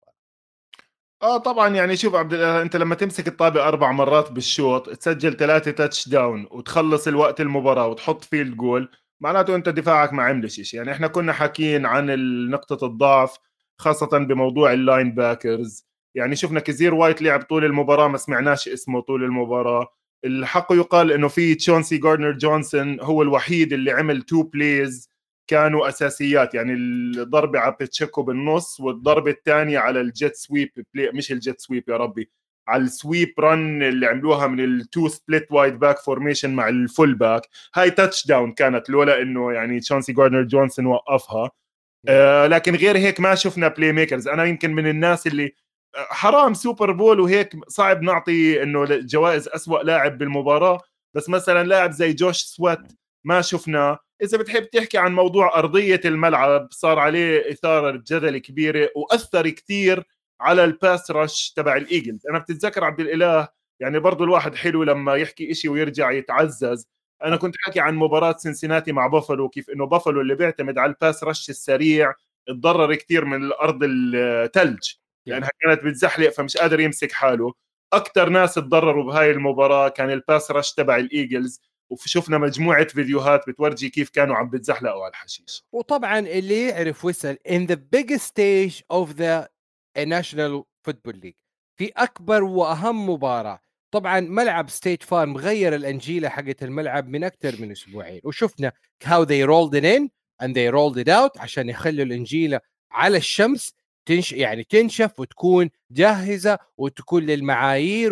طبعا يعني شوف عبد الله، انت لما تمسك الطابة 4 مرات بالشوط، تسجل 3 تاتش داون، وتخلص الوقت المباراة وتحط فيلد جول، معناته انت دفاعك ما عملش شيء. يعني احنا كنا حاكيين عن نقطة الضعف خاصة بموضوع اللاين باكرز. يعني شفنا كزير وايت لعب طول المباراة ما سمعناش اسمه طول المباراة. الحق يقال انه في تشونسي جاردنر جونسون هو الوحيد اللي عمل 2 بلايز كانوا اساسيات، يعني الضربه على بيتشيكو بالنص والضربه الثانيه على الجيت سويب بلاي، مش الجيت سويب يا ربي، على السويب رن اللي عملوها من التو سبليت وايد باك فورميشن مع الفول باك. هاي تاتش داون كانت لولا انه يعني تشونسي جاردنر جونسون وقفها. لكن غير هيك ما شفنا بلاي ميكرز. انا يمكن من الناس اللي حرام سوبر بول وهيك صعب نعطي انه جوائز أسوأ لاعب بالمباراه، بس مثلا لاعب زي جوش سوات ما شفنا. اذا بتحب تحكي عن موضوع ارضيه الملعب، صار عليه اثاره جدل كبيره واثر كثير على الباس رش تبع الايجلز. انا بتتذكر عبد الاله يعني برضو الواحد حلو لما يحكي إشي ويرجع يتعزز. انا كنت حكي عن مباراه سنسيناتي مع بافلو، كيف انه بافلو اللي بيعتمد على الباس رش السريع اتضرر كثير من الارض الثلج لانها كانت بتزحلق فمش قادر يمسك حاله. اكثر ناس تضرروا بهاي المباراه كان الباس رش تبع الايجلز، وشفنا مجموعه فيديوهات بتورجي كيف كانوا عم بتزحلقوا على الحشيش. وطبعا اللي يعرف وصل in the biggest stage of the National Football League في اكبر واهم مباراه. طبعا ملعب ستيت فارم غير الانجيله حقت الملعب من اكثر من اسبوعين، وشفنا how they rolled it in and they rolled it out عشان يخلوا الانجيله على الشمس يعني تنشف وتكون جاهزه وتكون للمعايير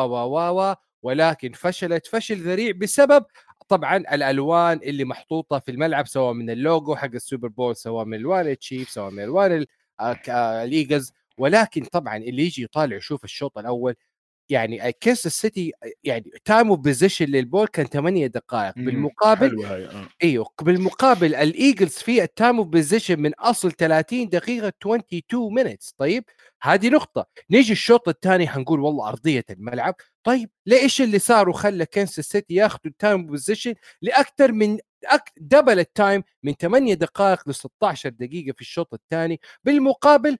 و ولكن فشلت فشل ذريع بسبب طبعا الالوان اللي محطوطه في الملعب، سواء من اللوجو حق السوبر بول، سواء من الوان التشيف، سواء من الوان الايجلز. ولكن طبعا اللي يجي يطالع يشوف الشوط الاول، يعني كيس السيتي يعني تايم اوف بوزيشن للبول كان 8 دقائق بالمقابل. حلوه هاي ايوه بالمقابل الايجلز في التايم اوف بوزيشن من اصل 30 دقيقه 22 مينتس. طيب هذه نقطه. نيجي الشوط الثاني حنقول والله ارضيه الملعب. طيب ليش اللي صار وخلى كنساس سيتي ياخذوا التايم بوزيشن لاكثر من دبل التايم من 8 دقائق ل 16 دقيقه في الشوط الثاني؟ بالمقابل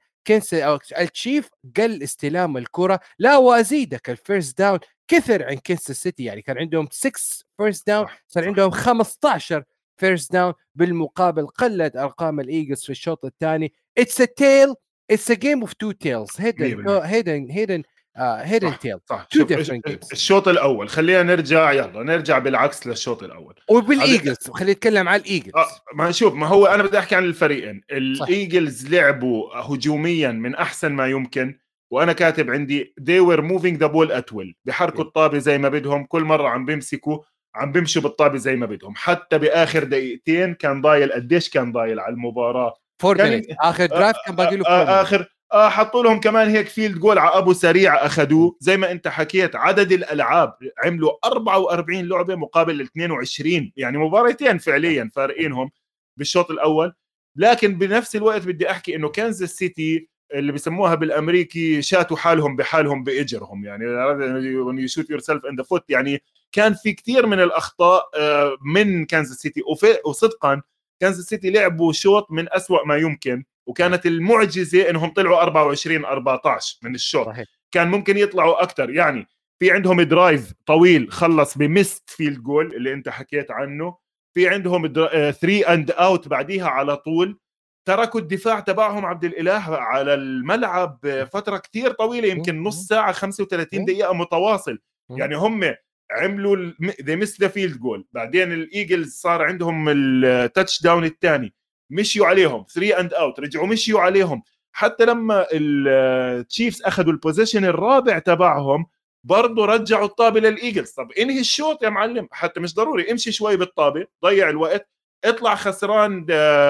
التشيف قل استلام الكره. لا وازيدك الفيرست داون كثر عن كنساس سيتي، يعني كان عندهم 6 فيرست داون، صار عندهم 15 فيرست داون. بالمقابل قلت ارقام الايجلز في الشوط الثاني. اتس ا تيل، اتس ا جيم اوف تو تيلز، هيدن تيل، صح. تو شوف ديفرنت جيمز. الشوط الاول خلينا نرجع، يلا نرجع بالعكس للشوط الاول وبالايجلز خلينا نتكلم على الايجلز. ما شوف، ما هو انا بدي احكي عن الفريقين. الايجلز لعبوا هجوميا من احسن ما يمكن، وانا كاتب عندي they were moving the ball at will، بحركوا الطابه زي ما بدهم، كل مره عم بيمسكوا عم بيمشوا بالطابه زي ما بدهم. حتى باخر دقيقتين كان ضايل، قديش كان ضايل على المباراه، كان اخر درايف كان باقي له اخر حطوا لهم كمان هيك فيلد جول على ابو سريع اخذوه. زي ما انت حكيت عدد الالعاب عملوا 44 لعبه مقابل 22، يعني مباراتين فعليا فارقينهم بالشوط الاول. لكن بنفس الوقت بدي احكي انه كانزاس سيتي اللي بيسموها بالامريكي شاتوا حالهم بحالهم باجرهم، يعني when you shoot yourself in the foot. يعني كان في كثير من الاخطاء من كانزاس سيتي، وصدقا كانزاس سيتي لعبوا شوط من أسوأ ما يمكن، وكانت المعجزة انهم طلعوا 24-14 من الشوط. صحيح. كان ممكن يطلعوا اكثر. يعني في عندهم درايف طويل خلص بمست فيلد جول اللي انت حكيت عنه، في عندهم 3 اند اوت بعديها على طول. تركوا الدفاع تبعهم عبد الاله على الملعب فترة كتير طويلة، يمكن نص ساعة 35 دقيقة متواصل. يعني هم عملوا they missed the field goal، بعدين الايجلز صار عندهم التاتش داون الثاني، مشيوا عليهم 3 اند اوت، رجعوا مشيوا عليهم. حتى لما التشيفز اخذوا البوزيشن الرابع تبعهم برضه رجعوا الطابه للايجلز. طب انهي الشوط يا معلم، حتى مش ضروري امشي شوي بالطابه، ضيع الوقت، اطلع خسران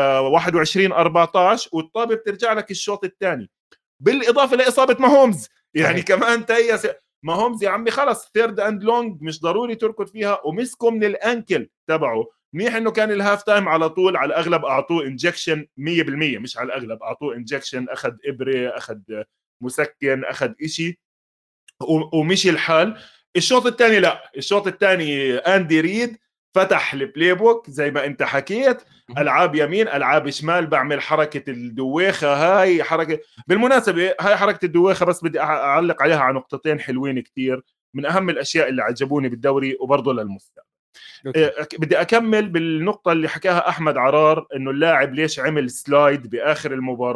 21-14 والطابه بترجع لك الشوط الثاني، بالاضافه لاصابه ماهومز. يعني كمان تيس ماهومز يا عمي، خلص ثيرد اند لونج مش ضروري تركض فيها، ومسكوا من الانكل تبعه. منيح انه كان الهاف تايم على طول، على الاغلب اعطوه انجكشن 100%، مش على الاغلب اعطوه انجكشن، اخذ ابره، اخذ مسكن، اخذ إشي ومشي الحال. الشوط الثاني لا، الشوط الثاني اندي ريد فتح البلاي بوك زي ما انت حكيت، العاب يمين العاب شمال، بعمل حركه الدويخه. هاي حركه بالمناسبه، هاي حركه الدويخه بس بدي اعلق عليها على نقطتين حلوين كتير، من اهم الاشياء اللي عجبوني بالدوري وبرضه للمستقبل. بدي اكمل بالنقطه اللي حكاها احمد عرار، انه اللاعب ليش عمل سلايد باخر المباراه.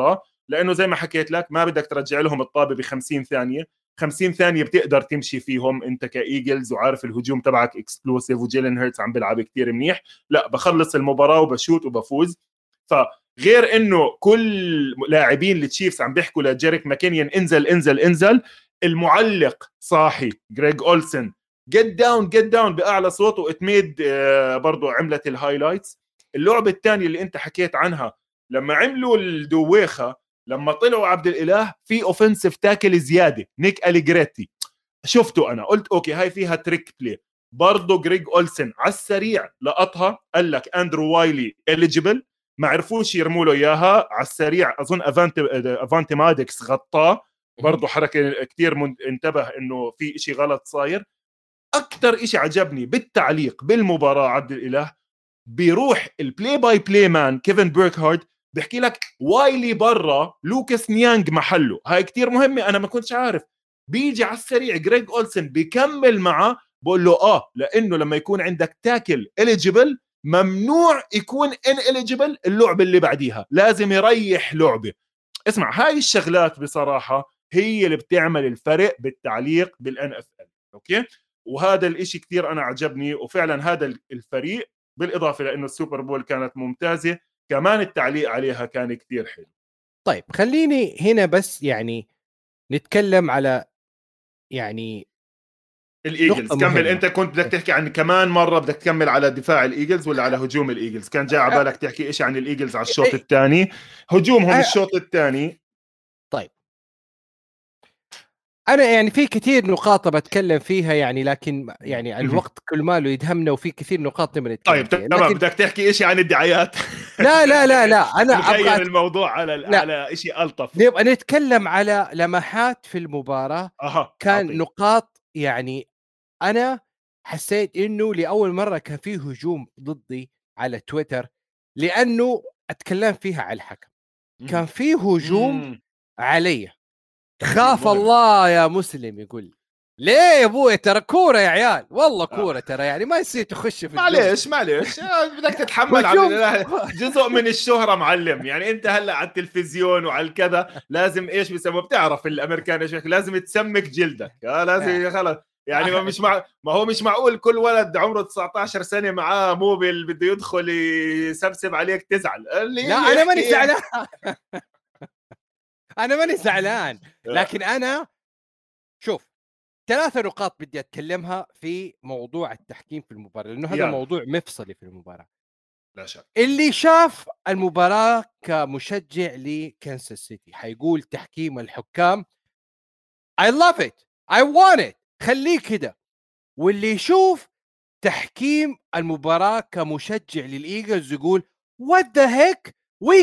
لانه زي ما حكيت لك ما بدك ترجع لهم الطابه ب50 ثانيه. 50 ثانيه بتقدر تمشي فيهم انت كايجلز، وعارف الهجوم تبعك اكسبلوسيف، وجيلين هيرتس عم بيلعب كتير منيح، لا بخلص المباراه وبشوت وبفوز. فغير انه كل لاعبين التشيفز عم بيحكوا لجيريك ماكينيان انزل انزل انزل، المعلق صاحي جريج اولسن جيت داون باعلى صوت، واتميد برضو عملت الهايلايتس. اللعبه الثانيه اللي انت حكيت عنها لما عملوا الدويخه، لما طلعوا عبد الاله في اوفنسيف تاكل زياده نيك أليجريتي، شفته انا قلت اوكي هاي فيها تريك بلاي. برضه جريج اولسن على السريع لقطها، قال لك اندرو وايلي اليجيبل، ما عرفوش يرموا له اياها على السريع. اظن افانتي مادكس غطاه، برضه حركه كثير انتبه انه في إشي غلط صاير. اكثر إشي عجبني بالتعليق بالمباراه عبد الاله، بيروح البلاي باي بلاي مان كيفن بيركهارد بيحكي لك وايلي برا لوكاس نيانج محله، هاي كتير مهمه انا ما كنتش عارف. بيجي على السريع جريج اولسن بيكمل معه بقول له لانه لما يكون عندك تاكل اليجيبل ممنوع يكون ان اليجيبل اللعبه اللي بعديها، لازم يريح لعبه. اسمع، هاي الشغلات بصراحه هي اللي بتعمل الفرق بالتعليق بالان اف ال. اوكي، وهذا الاشي كتير انا عجبني، وفعلا هذا الفريق بالاضافه لانه السوبر بول كانت ممتازه، كمان التعليق عليها كان كتير حلو. طيب خليني هنا بس يعني نتكلم على يعني الايجلز. كمل، انت كنت بدك تحكي عن كمان مره، بدك تكمل على دفاع الايجلز ولا على هجوم الايجلز؟ كان جاي على بالك تحكي إشي عن الايجلز على الشوط الثاني، هجومهم الشوط الثاني. طيب انا يعني في كثير نقاط بتكلم فيها يعني، لكن يعني الوقت كل ماله يدهمنا، وفي كثير نقاط نبغى نتكلم طيب فيها. تمام، لكن بدك تحكي إشي عن الدعايات؟ لا انا نغير الموضوع على إشي ألطف. نبغى نتكلم على لمحات في المباراة. كان نقاط يعني انا حسيت انه لاول مره كان فيه هجوم ضدي على تويتر، لانه اتكلم فيها على الحكم. كان فيه هجوم علي، خاف الله يا مسلم. يقول ليه يا ابوي؟ ترى كوره يا عيال، والله كوره ترى، يعني ما يصير تخش في معليش بدك تتحمل جزء من الشهرة معلم. يعني انت هلا على التلفزيون وعلى الكذا لازم ايش بيسموه، بتعرف الامريكان ايش لازم تسمك جلدك، لازم خلص يعني. ما هو مش معقول كل ولد عمره 19 سنة معاه موبل بده يدخل يسبسب عليك تزعل. لا انا ماني زعلان انا ماني زعلان، لكن انا شوف 3 نقاط بدي أتكلمها في موضوع التحكيم في المباراة، لأنه هذا موضوع مفصلي في المباراة. لا شك. اللي شاف المباراة كمشجع لكنساس سيتي حيقول تحكيم الحكام I love it I want it، خليه كده. واللي يشوف تحكيم المباراة كمشجع للإيجلز يقول what the heck we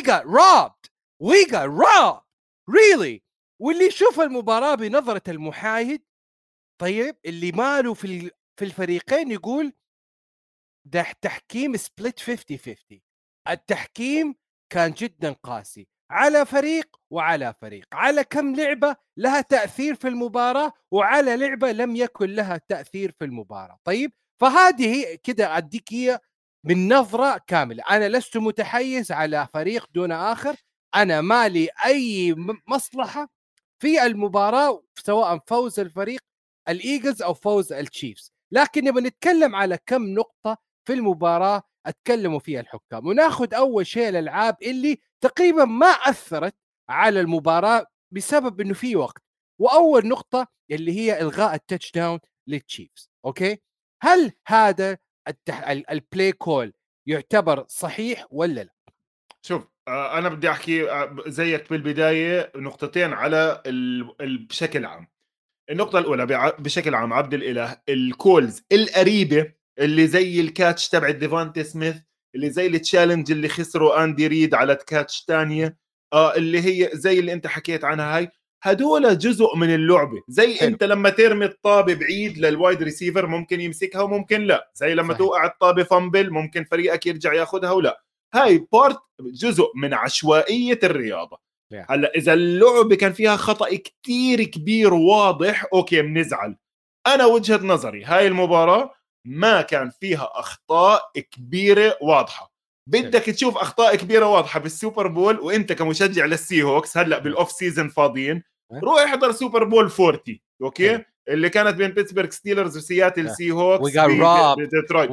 got robbed really. واللي يشوف المباراة بنظرة المحايد، طيب اللي ماله في الفريقين، يقول ده تحكيم سبليت 50-50. التحكيم كان جدا قاسي على فريق وعلى فريق، على كم لعبة لها تأثير في المباراة وعلى لعبة لم يكن لها تأثير في المباراة. طيب فهذه كده أديك هي من نظرة كاملة. أنا لست متحيز على فريق دون آخر، أنا مالي أي مصلحة في المباراة سواء فوز الفريق الإيجلز أو فوز التشيفز، لكن نبغى نتكلم على كم نقطة في المباراة اتكلموا فيها الحكام. وناخذ اول شيء الالعاب اللي تقريبا ما اثرت على المباراه بسبب انه في وقت. واول نقطه اللي هي الغاء التاتش داون للتشيفز. اوكي، هل هذا البلاي كول يعتبر صحيح ولا لا؟ شوف انا بدي احكي زيك بالبدايه نقطتين على بشكل عام. النقطة الأولى بشكل عام عبد الإله، الكولز القريبة اللي زي الكاتش تبع ديفانتي سميث، اللي زي التشالنج اللي خسروا أندي ريد على كاتش تانية، اللي هي زي اللي أنت حكيت عنها، هاي هدول جزء من اللعبة. زي حلو. أنت لما ترمي الطابة بعيد للوايد ريسيفر ممكن يمسكها وممكن لا، زي لما صحيح. توقع الطابة فامبل ممكن فريقك يرجع ياخدها ولا. هاي بارت جزء من عشوائية الرياضة. هلا اذا اللعبه كان فيها خطا كتير كبير واضح اوكي بنزعل. انا وجهه نظري هاي المباراه ما كان فيها اخطاء كبيره واضحه. بدك تشوف اخطاء كبيره واضحه بالسوبر بول، وانت كمشجع للسي هوكس هلا بالاوف سيزون فاضيين، روح احضر سوبر بول 40 اوكي اللي كانت بين بيتسبرغ ستيلرز وسياتل سي هوكس بديترويت.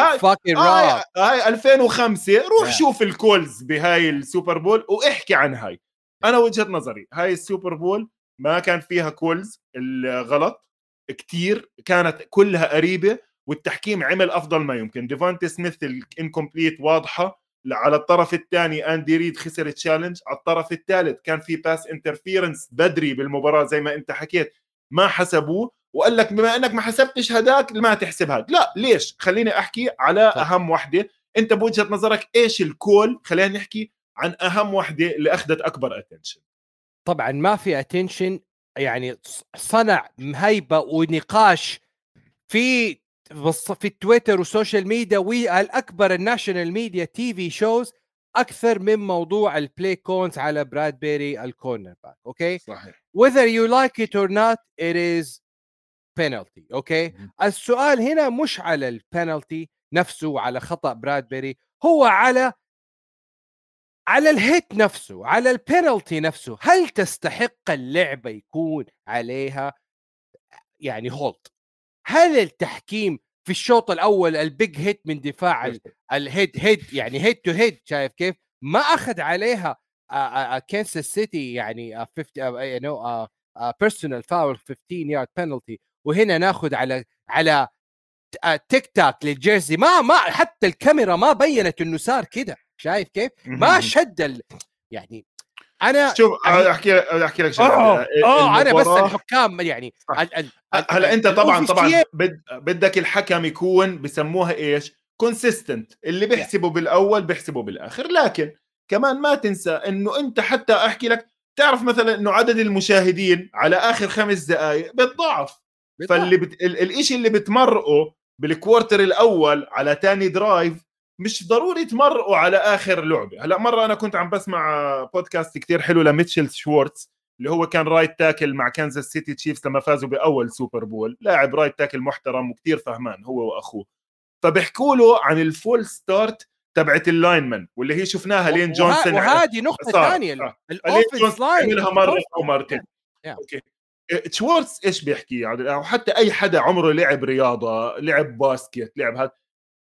هاي 2005. روح شوف الكولز بهاي السوبر بول واحكي عن هاي. انا وجهة نظري هاي السوبر بول ما كان فيها كولز الغلط كتير، كانت كلها قريبة، والتحكيم عمل أفضل ما يمكن. ديفونتي سميث الانكمبليت واضحة، على الطرف الثاني أندي ريد خسر تشالنج، على الطرف الثالث كان في باس انترفيرنس بدري بالمباراة زي ما أنت حكيت ما حسبوه، وقال لك بما أنك ما حسبتش هداك ما تحسب هاد. لا ليش؟ خليني أحكي على أهم وحدة. أنت بوجهة نظرك إيش الكول؟ خلينا نحكي عن أهم وحدة اللي أخذت أكبر أتنشن. طبعا ما في اتنشن، يعني صنع هيبة ونقاش في التويتر والسوشيال ميديا والأكبر الناشونال ميديا تي في شوز أكثر من موضوع البلاي كونز على براد بيري الكورنر باك. أوكي صحيح. whether you like it or not it is penalty. أوكي السؤال هنا مش على البنالتي نفسه على خطأ براد بيري، هو على الهيت نفسه، على البنالتي نفسه. هل تستحق اللعبة يكون عليها يعني هولد؟ هل التحكيم في الشوط الأول البيج هيت من دفاع الهيد يعني هيد تو هيد، شايف كيف ما أخذ عليها كانساس سيتي يعني 50 بيرسونال فاول 15 يارد بنالتي، وهنا ناخذ على تيك تاك للجيرسي ما حتى الكاميرا ما بينت انه صار كده، شايف كيف ما شد يعني انا شوف احكي لك شغله. انا بس الحكام يعني هلا انت طبعا بدك الحكم يكون بسموها ايش كونسيستنت، اللي بيحسبه بالاول بيحسبه بالاخر. لكن كمان ما تنسى انه انت حتى احكي لك تعرف مثلا انه عدد المشاهدين على اخر 5 دقائق بتضاعف، فاللي الاشي اللي بتمرقه بالكوارتر الاول على تاني درايف مش ضروري تمرقوا على اخر لعبه. هلا مره انا كنت عم بسمع بودكاست كتير حلو لميتشل شوارتز اللي هو كان رايت تاكل مع كانزاس سيتي تشيفز لما فازوا باول سوبر بول، لاعب رايت تاكل محترم وكتير فهمان هو واخوه. فبيحكوا له عن الفول ستارت تبعت اللاينمان واللي هي شفناها لين جونسون، وهذه نقطه ثانيه الاوفنس لاين عملها مره او مرتين. اوكي شوارتز ايش بيحكي او حتى اي حدا عمره لعب رياضه، لعب باسكت، لعب هذا،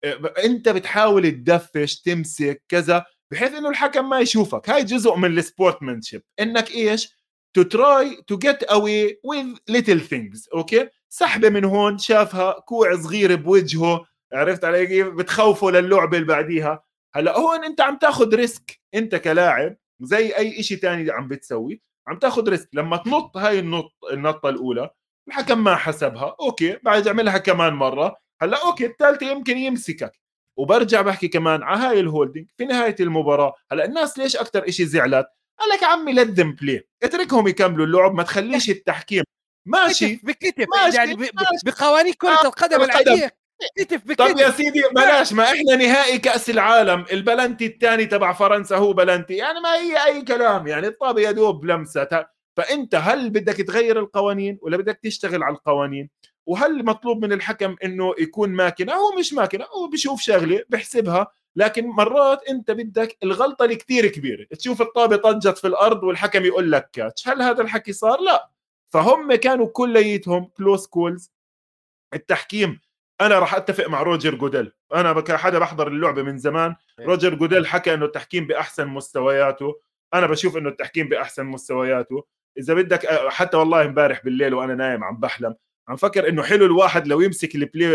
انت بتحاول تدفش تمسك كذا بحيث انه الحكم ما يشوفك. هاي جزء من السبورتمانشيب، انك ايش to try to get away with little things. اوكي سحبه من هون شافها كوع صغير بوجهه، عرفت علي كيف بتخوفه للعبه اللي بعديها. هلا هون انت عم تاخذ ريسك، انت كلاعب زي اي شيء تاني عم بتسوي، عم تاخذ ريسك. لما تنط هاي النطه الاولى الحكم ما حسبها، اوكي بعد اعملها كمان مره، هلا اوكي الثالثه يمكن يمسكك. وبرجع بحكي كمان على هاي الهولدنج في نهايه المباراه. هلا الناس ليش اكثر شيء زعلت؟ قال لك عمي لذم بلاي، اتركهم يكملوا اللعب، ما تخليش التحكيم ماشي بكتف يعني بقوانين كره القدم العاديه كتف بكتف. طب يا سيدي بلاش، ما احنا نهائي كاس العالم البلنتي الثاني تبع فرنسا هو بلنتي، يعني ما هي اي كلام، يعني الطابه يا دوب لمسه. فانت هل بدك تغير القوانين ولا بدك تشتغل على القوانين؟ وهل مطلوب من الحكم انه يكون ماكنه؟ هو مش ماكنه، هو بشوف شغله بحسبها. لكن مرات انت بدك الغلطه اللي كثير كبيره، تشوف الطابه طجت في الارض والحكم يقول لك كاتش. هل هذا الحكي صار؟ لا. فهم كانوا كليتهم كلوز كولز. التحكيم انا راح اتفق مع روجر جوديل، انا كحدا بحضر اللعبه من زمان. روجر جوديل حكى انه التحكيم باحسن مستوياته، انا بشوف انه التحكيم باحسن مستوياته. اذا بدك حتى والله امبارح بالليل وانا نايم عم بحلم عم فكر انه حلو الواحد لو يمسك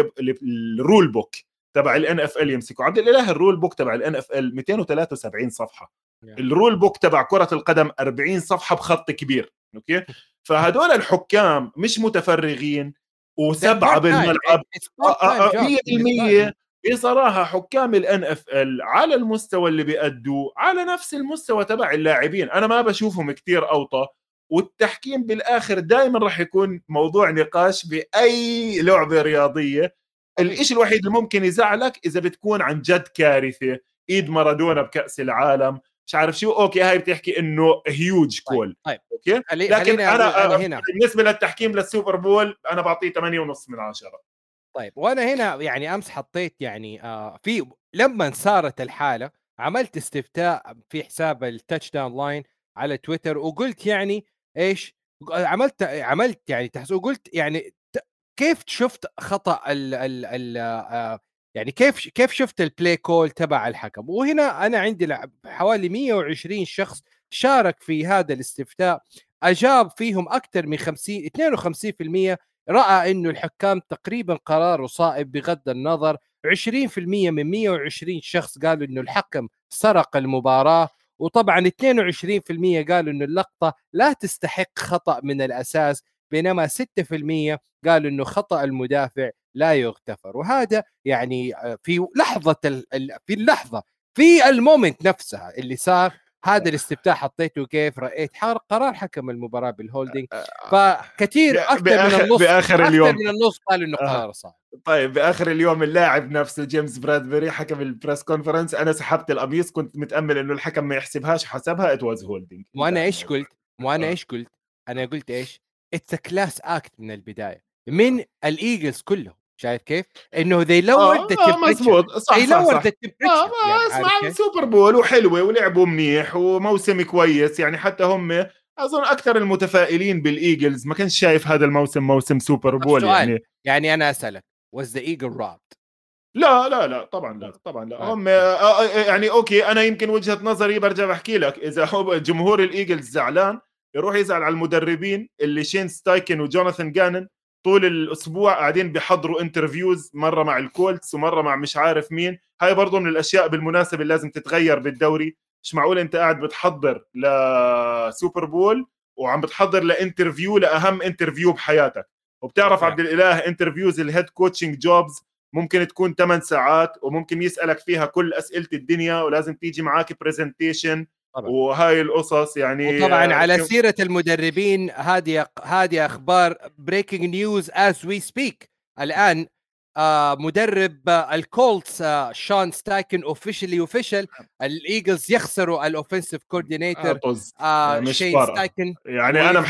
الرول بوك تبع الان اف ال يمسكه. عبد الاله الرول بوك تبع الان اف ال 273 صفحه، الرول بوك تبع كره القدم 40 صفحه بخط كبير. اوكي فهدول الحكام مش متفرغين وسبعه بالملعب 100%. بصراحه حكام الان اف ال على المستوى اللي بيأدوا على نفس المستوى تبع اللاعبين، انا ما بشوفهم كتير اوطى. والتحكيم بالاخر دائما راح يكون موضوع نقاش باي لعبه رياضيه. الاشي الوحيد اللي ممكن يزعلك اذا بتكون عن جد كارثه، ايد مارادونا بكأس العالم مش عارف شو، اوكي هاي بتحكي انه هيوج كول. طيب. اوكي لكن انا هنا بالنسبه للتحكيم للسوبر بول انا بعطيه 8.5 من 10. طيب وانا هنا يعني امس حطيت يعني في لما صارت الحاله عملت استفتاء في حساب التاتش داون لاين على تويتر، وقلت يعني ايش، عملت يعني وقلت يعني كيف شفت خطأ ال يعني كيف شفت الplay call تبع الحكم؟ وهنا أنا عندي حوالي 120 شخص شارك في هذا الاستفتاء، أجاب فيهم أكثر من 52% رأى إنه الحكام تقريبًا قراره صائب بغض النظر، 20% من 120 شخص قالوا إنه الحكم سرق المباراة، وطبعًا 22% قالوا إنه اللقطة لا تستحق خطأ من الأساس، بينما 6% قالوا إنه خطأ المدافع لا يغتفر. وهذا يعني في لحظة في اللحظة، في المومنت نفسها اللي صار هذا الاستفتاء، حطيته كيف رأيت قرار حكم المباراة بالهولدنج، فكثير أكثر اليوم من النص قالوا إنه قرار صح. طيب باخر اليوم اللاعب نفسه جيمس برادبري حكم البريس كونفرنس، انا سحبت القميص، كنت متامل انه الحكم ما يحسبهاش، حسبها ات واز هولدنج. وأنا إيش قُلت، وأنا إيش قُلت، أنا قُلت إيش، it's a class act من البداية، من الإيجلز كلّهم، شايف كيف؟ إنه they lowered the temperature، مزبوط، صح they صح lowered صح. the temperature يعني اسمع، عارف كيف؟ سوبر بول وحلوة ولعبوا منيح وموسم كويس، يعني حتى هم أظن أكثر المتفائلين بالإيجلز ما كانش شايف هذا الموسم موسم سوبر طَب بول سؤال، يعني. يعني أنا أسألك was the eagle robbed؟ لا لا لا طبعا لا طبعا لا، طيب هم طيب يعني اوكي، انا يمكن وجهة نظري برجع بحكي لك، اذا هو جمهور الايجلز زعلان يروح يزعل على المدربين اللي شين ستايكن وجوناثان جانن طول الاسبوع قاعدين بيحضروا انترفيوز، مره مع الكولتس ومره مع مش عارف مين. هاي برضه من الاشياء بالمناسبه اللي لازم تتغير بالدوري. مش معقول انت قاعد بتحضر لسوبر بول وعم بتحضر لانترفيو، لاهم انترفيو بحياتك. وبتعرف صحيح، عبد الاله انترفيوز الهيد كوتشنج جوبز ممكن تكون 8 ساعات، وممكن يسألك فيها كل أسئلة الدنيا، ولازم تيجي معاك برزنتيشن طبعًا. وهاي القصص يعني. وطبعًا على سيرة المدربين، هذه أخبار breaking news as we speak الآن. مدرب الكولتس شون ستايكن official الإيجلز يخسروا الoffensive coordinator طز مش شين فارقة. ستايكن يعني أنا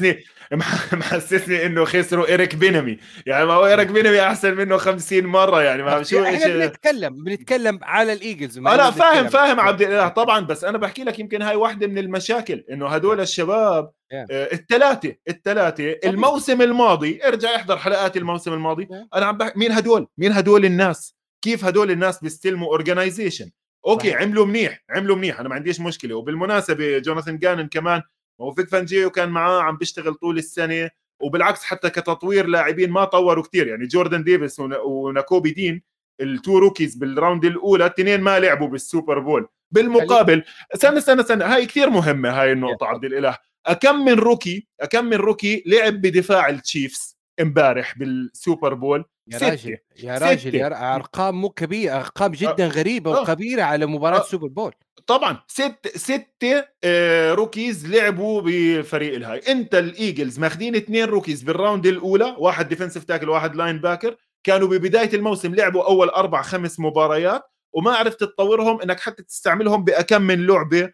محسسني إنه خسروا إيريك بينمي، يعني ما هو إيريك بينمي أحسن منه 50 مرة، يعني ما شو إيش. إحنا بنتكلم على الإيجلز بما إنه لا فاهم بنتكلم. فاهم عبد الاله طبعا، بس انا بحكي لك يمكن هاي واحدة من المشاكل، انه yeah هدول الشباب yeah الثلاثه طبيعي الموسم الماضي، ارجع احضر حلقات الموسم الماضي. yeah انا عم مين هدول الناس، كيف هدول الناس بيستلموا اورجنايزيشن. اوكي صحيح. عملوا منيح، انا ما عنديش مشكله. وبالمناسبه جوناثان جانن كمان، وفيك فانجيو كان معاه عم بيشتغل طول السنه، وبالعكس حتى كتطوير لاعبين ما طوروا كتير، يعني جوردن ديفيس وناكوبي دين التو روكيز بالراوند الاولى الاثنين ما لعبوا بالسوبر بول. خلي بالمقابل استنى هاي كثير مهمه هاي yeah النقطه عبد اتفضل. الاله. كم من روكي لعب بدفاع التشيفز امبارح بالسوبر بول؟ يا راجل، ستة. يا راجل، ستة. أرقام مو كبيرة، أرقام أه جدًا غريبة أه وكبيرة على مباراة أه سوبر بول. طبعا ستة روكيز لعبوا بفريق الهاي. انت الايجلز ماخذين 2 روكيز بالراوند الاولى، واحد ديفنسيف تاكل واحد لاين باكر، كانوا ببداية الموسم لعبوا اول 4-5 مباريات، وما عرفت تطورهم انك حتى تستعملهم باكم من لعبة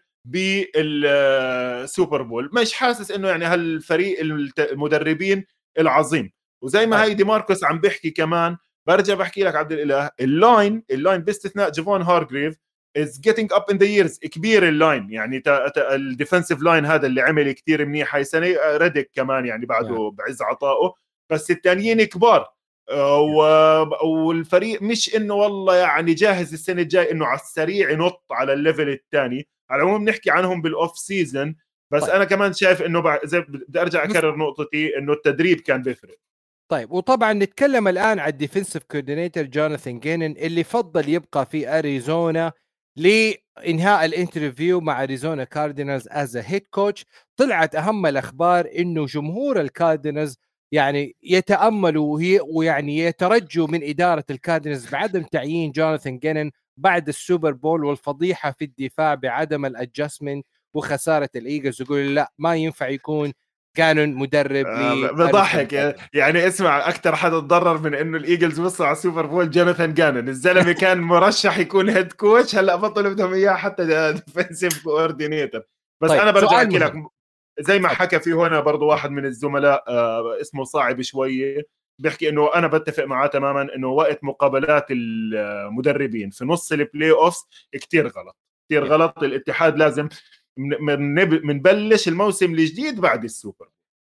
بالسوبر بول. مش حاسس انه يعني هالفريق المدربين العظيم. وزي ما طيب هاي دي ماركوس عم بيحكي كمان، برجع بحكي لك عبد الاله، اللاين باستثناء جيفون هارجريف is getting up in the years، كبير اللاين، يعني الديفنسيف لاين هذا اللي عمل كتير منيح هاي سنه، ريدك كمان يعني yeah بعده بعز عطائه، بس الثانيين كبار. yeah والفريق مش انه والله يعني جاهز السنه الجاي انه على السريع ينط على الليفل الثاني. على العموم نحكي عنهم بالاوف سيزون، بس طيب انا كمان شايف انه زي بدي ارجع بس اكرر نقطتي انه التدريب كان بيفرق. طيب، وطبعًا نتكلم الآن عن الdefensive coordinator جوناثان جينن اللي فضّل يبقى في أريزونا لإنهاء الinterview مع أريزونا كاردينالز as a head coach. طلعت أهم الأخبار إنه جمهور الكاردينالز يعني يتأملوا ويعني يترجوا من إدارة الكاردينالز بعدم تعيين جوناثان جينن بعد السوبر بول والفضيحة في الدفاع بعدم الadjustment وخسارة الإيجلز، يقولوا لأ ما ينفع يكون كانون مدرب لأريزونا بضحك كاردينالز. يعني. اسمع، اكثر حدا تضرر من انه الايجلز وصلوا على السوبر بول جوناثان جانن، الزلمه كان مرشح يكون هيد كوتش، هلا بطلوا بدهم اياه حتى ديفنسيف كوردينيتور. بس طيب انا برجع سؤال احكي لك، مهم، زي ما اتفضل. حكى في هنا برضو واحد من الزملاء اسمه صاعب شويه، بيحكي انه انا بتفق معاه تماما، انه وقت مقابلات المدربين في نص البلاي اوف كتير غلط. كتير غلط. الاتحاد لازم منبلش الموسم الجديد بعد السوبر.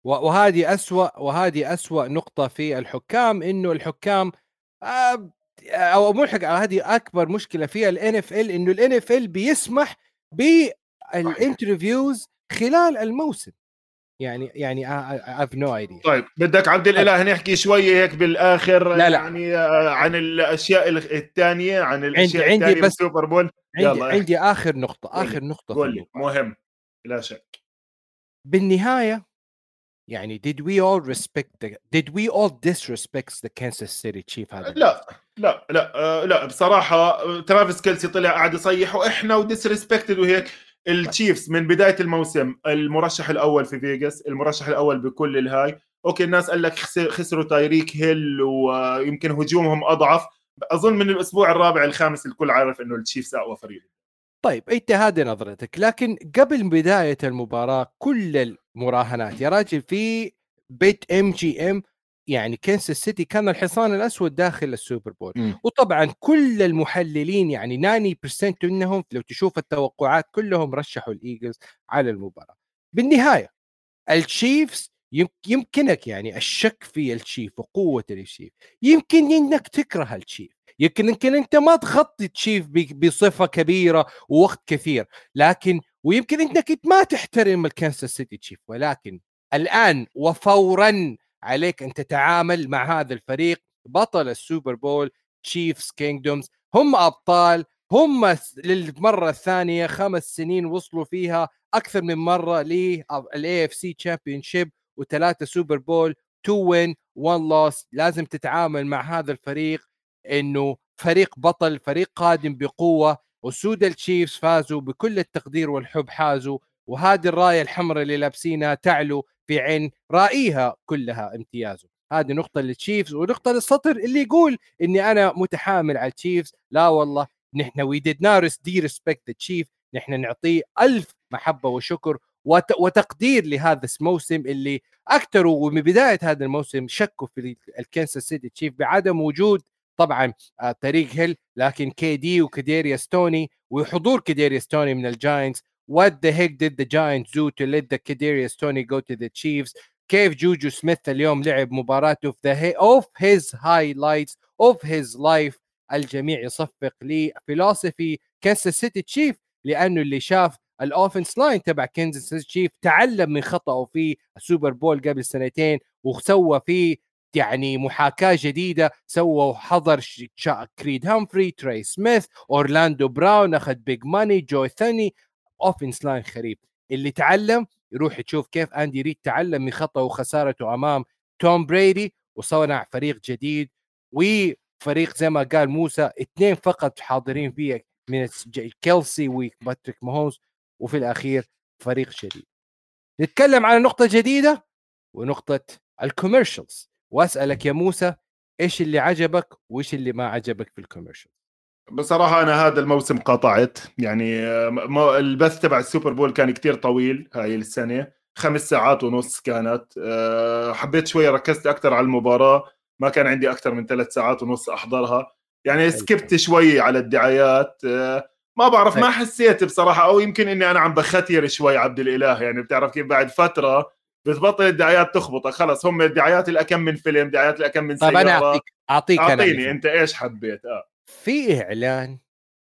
وهذه أسوأ نقطة في الحكام، إنه الحكام أو ملحق، هذه أكبر مشكلة فيها NFL، إنه NFL بيسمح بالانترفيوز خلال الموسم. يعني I have no idea. طيب بدك عبد الإله نحكي شوية هيك بالآخر لا. يعني عن الأشياء الثانية، عن الأشياء عندي الثانية بس بالسوبر بول. عندي آخر نقطة في الموضوع. مهم لا شك. بالنهاية يعني did we all disrespect the Kansas City Chief هذا؟ لا بصراحة ترافيس كيلسي طلع قاعد يصيح وإحنا وديسريسبكتد وهيك. التشيفز من بداية الموسم المرشح الأول في فيغاس، المرشح الأول بكل الهاي. أوكي الناس قال لك خسروا تايريك هيل ويمكن هجومهم أضعف. أظن من الأسبوع الرابع الخامس الكل عارف إنه التشيفز أقوى فريق. طيب انت هذه نظرتك، لكن قبل بداية المباراة كل المراهنات يا راجل في بيت MGM، يعني كانساس سيتي كان الحصان الأسود داخل السوبر بول. وطبعا كل المحللين يعني 90% منهم لو تشوف التوقعات كلهم رشحوا الإيجلز على المباراة. بالنهاية التشيفز يمكنك يعني الشك في التشيف وقوة التشيف، يمكن انك تكره التشيف، يمكن انت ما تغطي تشيف بصفه كبيره ووقت كثير، لكن ويمكن انك ما تحترم الكانساس سيتي تشيف، ولكن الان وفورا عليك ان تتعامل مع هذا الفريق بطل السوبر بول. تشيفز كينجدومز هم ابطال، هم للمره الثانيه 5 سنين وصلوا فيها اكثر من مره للاي اف سي تشامبيونشيب و3 سوبر بول، 2 وين 1 لوس. لازم تتعامل مع هذا الفريق انه فريق بطل، فريق قادم بقوه. وسود التشيفز فازوا بكل التقدير والحب، حازوا، وهذه الرايه الحمراء اللي لابسينها تعلو في عين رائيها كلها امتيازه. هذه نقطه للتشيفز. ونقطه للسطر اللي يقول اني انا متحامل على التشيفز، لا والله، نحن وي ديد نوت دي ريسبكت التشيف، نحن نعطيه الف محبه وشكر وتقدير لهذا الموسم اللي اكثروا من بدايه هذا الموسم شكوا في الكنساس سيتي تشيف بعدم وجود طبعا تاريخ هيل، لكن كي دي وكاديريوس توني وحضور كاديريوس توني من الجاينتس. what the heck did the Giants do to let the Kadarius Toney go to the Chiefs؟ كيف جوجو سميث اليوم لعب مباراته في of his highlights of his life. الجميع يصفق لفلسفي كانساس سيتي تشيف، لانه اللي شاف الاوفنس لاين تبع كانساس سيتي تشيف تعلم من خطأه في السوبر بول قبل سنتين وسوى فيه يعني محاكاة جديدة. سووا حضر كريد هامفري، تري سميث، أورلاندو براون، أخذ بيج ماني، جوي ثاني، أوفنس لاين خريب. اللي تعلم يروح يشوف كيف أندي ريد تعلم من خطأه وخسارته أمام توم بريدي وصنع فريق جديد. وفريق زي ما قال موسى 2 فقط حاضرين فيه من كيلسي وباتريك ماهومز، وفي الأخير فريق جديد. نتكلم عن نقطة جديدة ونقطة الكوميرشلز، واسالك يا موسى ايش اللي عجبك وايش اللي ما عجبك في الكوميرشل؟ بصراحة أنا هذا الموسم قاطعت يعني البث تبع السوبر بول كان كتير طويل هاي السنة، 5 ساعات ونص كانت. حبيت شوية ركزت أكتر على المباراة، ما كان عندي أكتر من 3 ساعات ونص أحضرها يعني. سكبت شوي على الدعايات، ما بعرف ما حسيت بصراحة، أو يمكن إني أنا عم بختير شوي عبد الإله. يعني بتعرف كيف بعد فترة بتبطل الدعايات تخبطك خلص، هم الدعايات الأكم من فيلم، دعايات الأكم من سيارة. طيب أنا أعطيني أنت إيش حبيت. في إعلان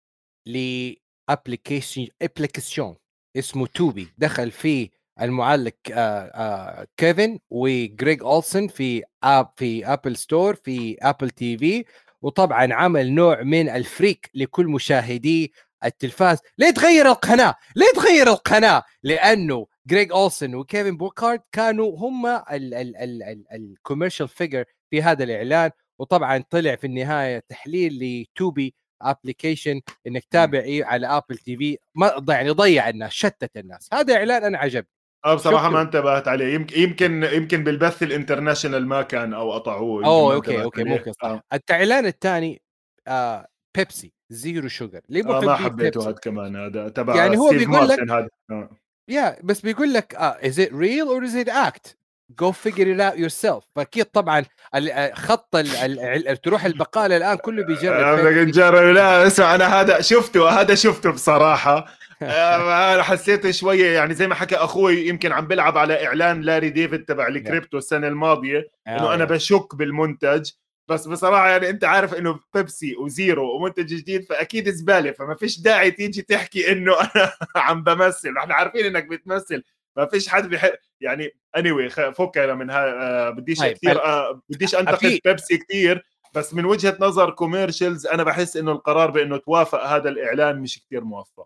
لأبليكيشن اسمه توبي، دخل فيه المعلق كيفن وغريغ أولسن في أبل ستور في أبل تي في، وطبعا عمل نوع من الفريك لكل مشاهدي التلفاز. ليه تغير القناة؟ لأنه غريغ أولسن وكيفن بوكارد كانوا هم الكوميرشال فيجر في هذا الإعلان. وطبعا طلع في النهاية تحليل لتوبي ابلكيشن انك تتابع على ابل تي في، ما يعني ضيع الناس، شتت الناس. هذا اعلان انا عجبني بصراحه ما انتبهت عليه. يمكن بالبث الانترناشونال ما كان او قطعوه. اوكي ممكن صح. الاعلان الثاني بيبسي زيرو شوجر ما حبيته هذا كمان، هذا تبع يعني هو ستيف بيقول لك هذا بس بيقول لك is it real or is it act؟ go figure it out yourself. فاكيد طبعا خط تروح البقاله الان كله بيجرب لا اسمع، انا هذا شفته بصراحه. انا حسيت شويه يعني زي ما حكى اخوي، يمكن عم بلعب على اعلان لاري ديفيد تبع الكريبتو السنه الماضيه، انه انا بشك بالمنتج. بس بصراحه يعني انت عارف انه بيبسي وزيرو ومنتج جديد، فاكيد زباله، فما فيش داعي تيجي تحكي انه انا عم بمثل. احنا عارفين انك بتمثل، ما فيش حد بيحق يعني. anyway فكنا من بديش كثير بديش انتقد بيبسي كثير، بس من وجهة نظر كوميرشلز انا بحس انه القرار بانه توافق هذا الاعلان مش كثير موفق.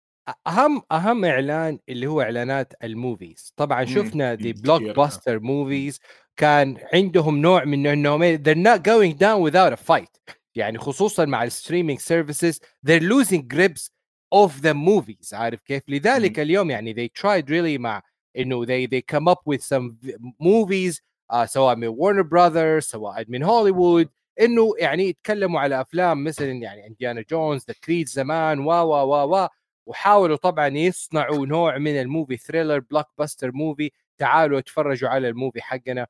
اهم اعلان اللي هو اعلانات الموفيز. طبعا شفنا دي بلوك باستر موفيز كان عندهم نوع من انهم they're not going down without a fight، يعني خصوصا مع الستريمينج سيرفيسز they're losing grips of the movies، عارف كيف؟ لذلك اليوم يعني they tried really مع انه they come up with some movies سواء من Warner Brothers سواء من هوليوود، انه يعني يتكلموا على افلام مثلا يعني انديانا جونز، ذا كريد زمان و وحاولوا طبعا يصنعوا نوع من الموفي ثريلر بلوك باستر موفي. تعالوا اتفرجوا على الموفي حقنا.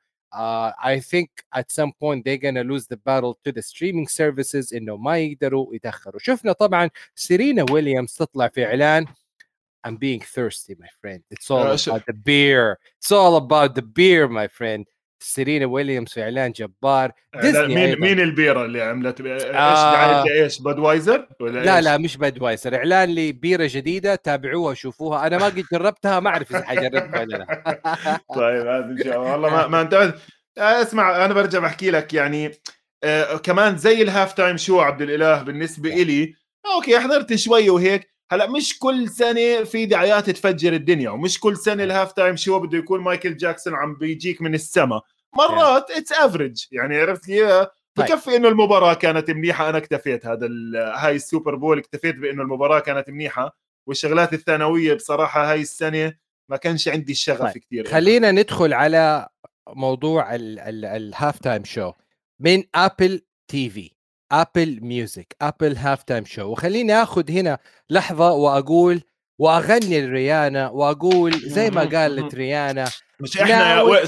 I think at some point they're gonna lose the battle to the streaming services انه ما يقدروا يتاخروا. شفنا طبعا سيرينا ويليامز تطلع في اعلان I'm being thirsty my friend, it's all about the beer, it's all about the beer my friend. سيرينا ويليامز في اعلان جبار. ديزني مين البيره اللي عملت ايش دعايه ايش بادوايزر ولا لا مش بادوايزر، اعلان لي بيره جديده، تابعوها شوفوها. انا ما قد جربتها، ما اعرف اذا حجربها ولا لا. طيب هذا ان شاء الله. والله ما انت اسمع، انا برجع بحكي لك يعني كمان زي الهاف تايم شو عبد الاله بالنسبه إلي اوكي حضرت شوي وهيك. هلا مش كل سنه في دعايات تفجر الدنيا، ومش كل سنه الهاف تايم شو بده يكون مايكل جاكسون عم بيجيك من السما. مرات اتس افريج يعني، عرفت لي بكفي انه المباراه كانت منيحه. انا اكتفيت هاي السوبر بول، اكتفيت بانه المباراه كانت منيحه، والشغلات الثانويه بصراحه هاي السنه ما كانش عندي الشغف كثير. خلينا ندخل على موضوع الهاف تايم شو من ابل تي في، ابل ميوزك، ابل هاف تايم شو. وخليني اخذ هنا لحظه واقول واغني لريانا واقول زي ما قالت ريانا. مش احنا يا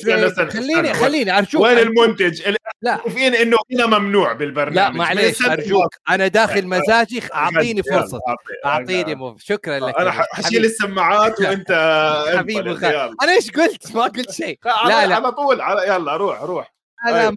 خليني ارجوك، وين المنتج؟ لا عارفين انه هنا ممنوع بالبرنامج. لا معليش ارجوك، انا داخل مزاجي، اعطيني فرصه، اعطيني شكرا لك. انا حشيل السماعات وانت حبيبي انا ايش قلت؟ ما قلت شيء. لا على طول يلا روح انا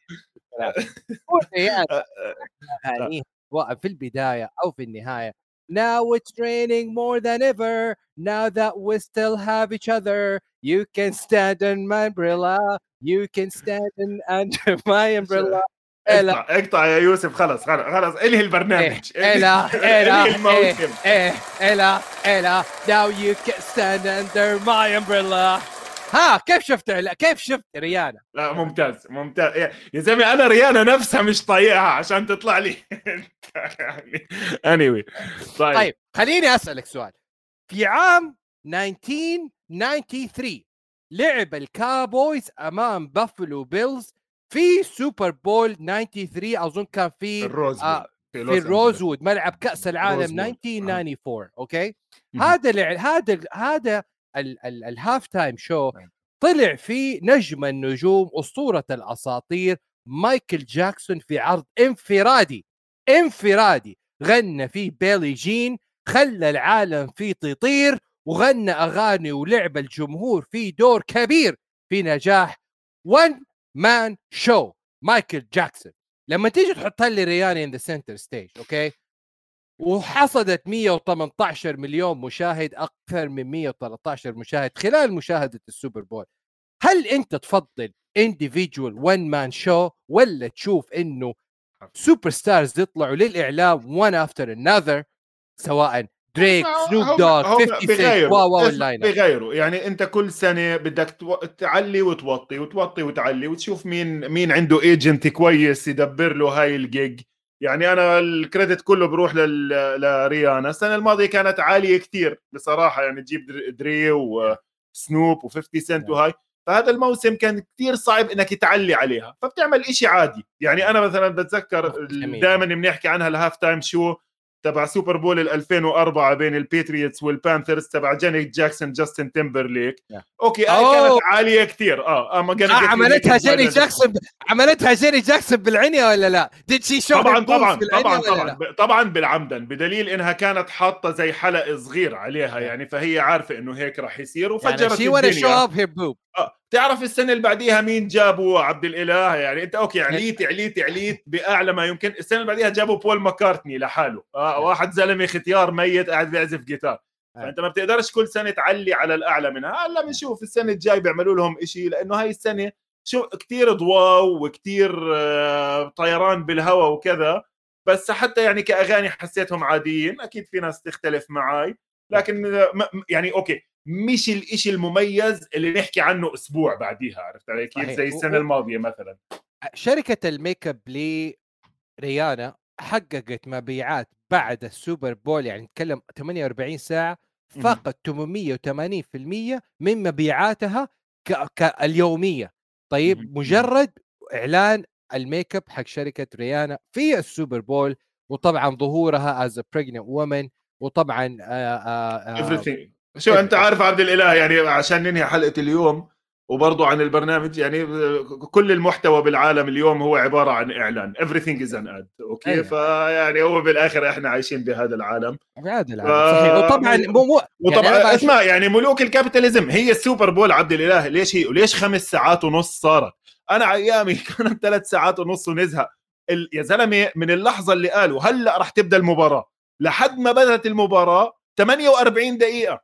في البدايه او في النهايه. Now it's raining more than ever. Now that we still have each other, you can stand on my umbrella. You can stand under my umbrella. اقطع يا يوسف، خلص انهي البرنامج. إلا الموسم. إلا now you can stand under my umbrella. ها كيف شفت ريانا؟ لا ممتاز يا زلمه. انا ريانا نفسها مش طايقها عشان تطلع لي anyway. طيب خليني اسالك سؤال. في عام 1993 لعب الكابويز امام بافلو بيلز في سوبر بول 93 اظن كان في في الروزوود ملعب كأس العالم 1994. اوكي هذا الهاف تايم شو طلع فيه نجم النجوم أسطورة الأساطير مايكل جاكسون في عرض انفرادي غنى فيه بيلي جين، خلى العالم فيه تطير، وغنى أغاني ولعب الجمهور فيه دور كبير في نجاح وان مان شو مايكل جاكسون. لما تيجي تحط لي رياني in the center stage اوكي، وحصدت 118 مليون مشاهد، أكثر من 113 مشاهد خلال مشاهدة السوبر بول، هل أنت تفضل individual one man show ولا تشوف إنه سوبر ستارز يطلعوا للإعلام one after another، سواء دريك، سنوب دوغ، 50 سنت واللاين بغيره؟ يعني أنت كل سنة بدك تعلي وتوطي وتعلي وتشوف مين عنده ايجنت كويس يدبر له هاي الجيج. يعني أنا الكريدت كله بروح لريانا. السنة الماضية كانت عالية كتير بصراحة، يعني تجيب دري وسنوب و50 سنت وهاي. فهذا الموسم كان كتير صعب انك تعلي عليها، فبتعمل اشي عادي. يعني انا مثلا بتذكر دائما بنحكي عنها الهاف تايم شو تبع سوبر بول 2004 بين البيتريتس والبانثرز تبع جانيت جاكسون جاستن تيمبرليك. اوكي كانت عاليه كثير. عملتها جيني جاكسون، عملتها جيني جاكسون بالعنية ولا لا؟ did she show طبعا بالعمدن، بدليل انها كانت حاطه زي حلق صغير عليها يعني، فهي عارفه انه هيك راح يصير وفجرت يعني الدنيا. show تعرف السنه اللي بعديها مين جابوا؟ عبد الاله. يعني انت اوكي عليت باعلى ما يمكن. السنه اللي بعديها جابوا بول ماكارتني لحاله، واحد زلمه ختيار ميت قاعد بيعزف جيتار. فانت ما بتقدرش كل سنه تعلي على الاعلى منها. هلا بنشوف السنه الجاي بيعملوا لهم شيء، لانه هاي السنه شو كتير ضواو وكتير طيران بالهواء وكذا. بس حتى يعني كاغاني حسيتهم عاديين. اكيد في ناس تختلف معاي، لكن يعني اوكي مش الاشي المميز اللي نحكي عنه اسبوع بعديها. عرفت علي كيف؟ زي السنه الماضيه مثلا. شركه الميك اب لريانا حققت مبيعات بعد السوبر بول، يعني نتكلم 48 ساعه فقط 880% من مبيعاتها اليوميه. طيب مجرد اعلان الميك اب حق شركه ريانا في السوبر بول، وطبعا ظهورها as a pregnant woman، وطبعا شو انت عارف عبد الاله، يعني عشان ننهي حلقه اليوم وبرضه عن البرنامج، يعني كل المحتوى بالعالم اليوم هو عباره عن اعلان. everything is an ad. اوكي أيوة. فيعني هو بالاخر احنا عايشين بهذا العالم. صحيح. وطبعا وطبعا يعني اسمع، يعني ملوك الكابيتاليزم هي السوبر بول. عبد الاله ليش هي وليش 5 ساعات ونص صارت؟ انا ايامي كانت 3 ساعات ونص ونزهق. يا زلمه من اللحظه اللي قالوا هلا راح تبدا المباراه لحد ما بدات المباراه 48 دقيقه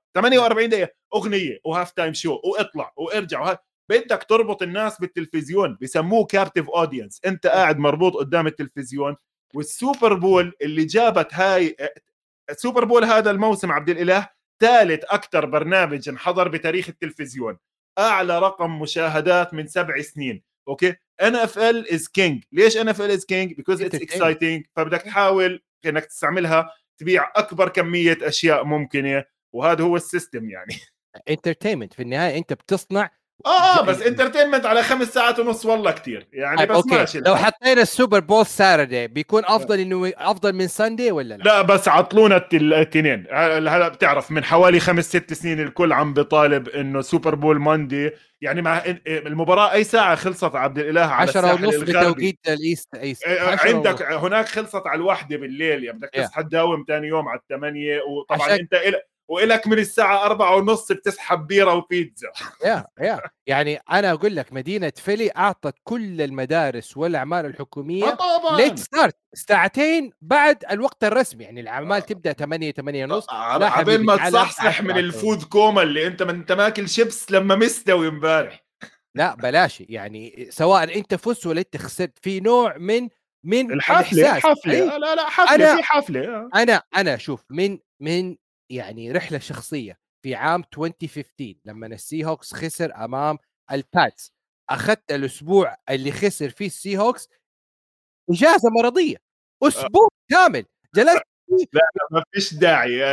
اغنيه وهاف تايم شو واطلع وارجع بدك تربط الناس بالتلفزيون. بسموه كابتيف اودينس. انت قاعد مربوط قدام التلفزيون. والسوبر بول اللي جابت هاي السوبر بول هذا الموسم عبد الاله ثالث اكثر برنامج انحضر بتاريخ التلفزيون، اعلى رقم مشاهدات من 7 سنين. اوكي NFL is king. ليش NFL is king؟ because it's exciting. فبدك تحاول انك تستعملها تبيع اكبر كميه اشياء ممكنه، وهذا هو السيستم. يعني انترتينمنت في النهايه انت بتصنع بس انترتينمنت على 5 ساعات ونص والله كتير يعني. بس أوكي. ماشي. لو حطينا السوبر بول ساتردي بيكون افضل انه افضل من ساندي ولا لا؟ لا بس عطلونا الاثنين. هلا بتعرف من حوالي 5-6 سنين الكل عم بيطالب انه سوبر بول ماندي. يعني مع المباراه اي ساعه خلصت عبد الاله على الساحل الغربي بتوقيت الايست. عندك هناك خلصت على 1 بالليل. يعني بدك تصحى تداوم ثاني يوم على 8. وطبعا انت وإلك من الساعة 4:30 بتسحب بيرة وبيتزا. يعني أنا أقول لك مدينة فيلي أعطت كل المدارس والأعمال الحكومية ليت ستارت ساعتين بعد الوقت الرسمي. يعني الأعمال تبدأ 8:30. عبين ما تصحصح من الفود كوما اللي أنت ماكل شيبس لما مستوي امبارح. لا بلاش، يعني سواء أنت فزت ولا أنت خسرت في نوع من الحفلة. حفلة لا حفلة في حفلة. أنا شوف من يعني رحلة شخصية في عام 2015 لما السي هوكس خسر أمام الباتس. أخذت الأسبوع اللي خسر فيه السي هوكس إجازة مرضية أسبوع كامل جلست لا ما فيش داعي.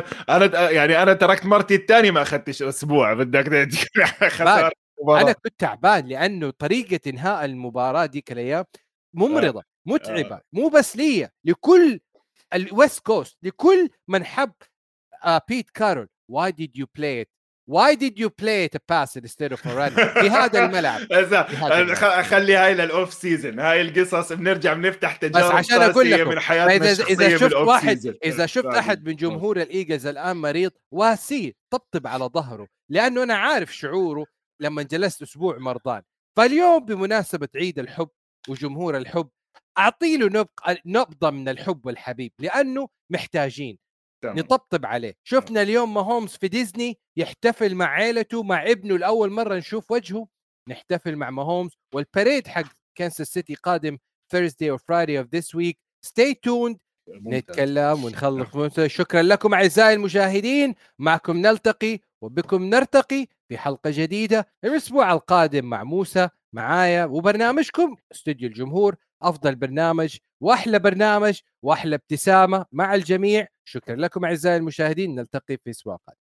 أنا تركت مرتي الثانية ما أخذتش أسبوع. بدك خسارة. أنا كنت تعبان لأنه طريقة إنهاء المباراة ديك الأيام ممرضة متعبة. مو بس لي، لكل الويست كوست، لكل من حب بيت كارول. why did you play it a pass instead of a run في هذا الملعب؟ خلي هاي للأوف سيزن. هاي القصص بنرجع بنفتح تجارب بس عشان أقول لك من حياتنا الشخصية بالأوف سيزن. إذا شفت أحد من جمهور الإيجلز الآن مريض واسي طبطب على ظهره، لأنه أنا عارف شعوره لما جلست أسبوع مرضان. فاليوم بمناسبة عيد الحب وجمهور الحب أعطيله نبضة من الحب والحبيب، لأنه محتاجين نطبطب عليه. شفنا اليوم ماهومز في ديزني يحتفل مع عائلته مع ابنه لأول مرة نشوف وجهه. نحتفل مع ماهومز. والبريد حق كانساس سيتي قادم Thursday or Friday of this week. Stay tuned. نتكلم ونخلص. شكرا لكم أعزائي المشاهدين. معكم نلتقي وبكم نرتقي في حلقة جديدة الأسبوع القادم مع موسى معايا وبرنامجكم استوديو الجمهور. أفضل برنامج وأحلى برنامج وأحلى ابتسامة مع الجميع. شكرا لكم أعزائي المشاهدين. نلتقي في أسبوع قادم.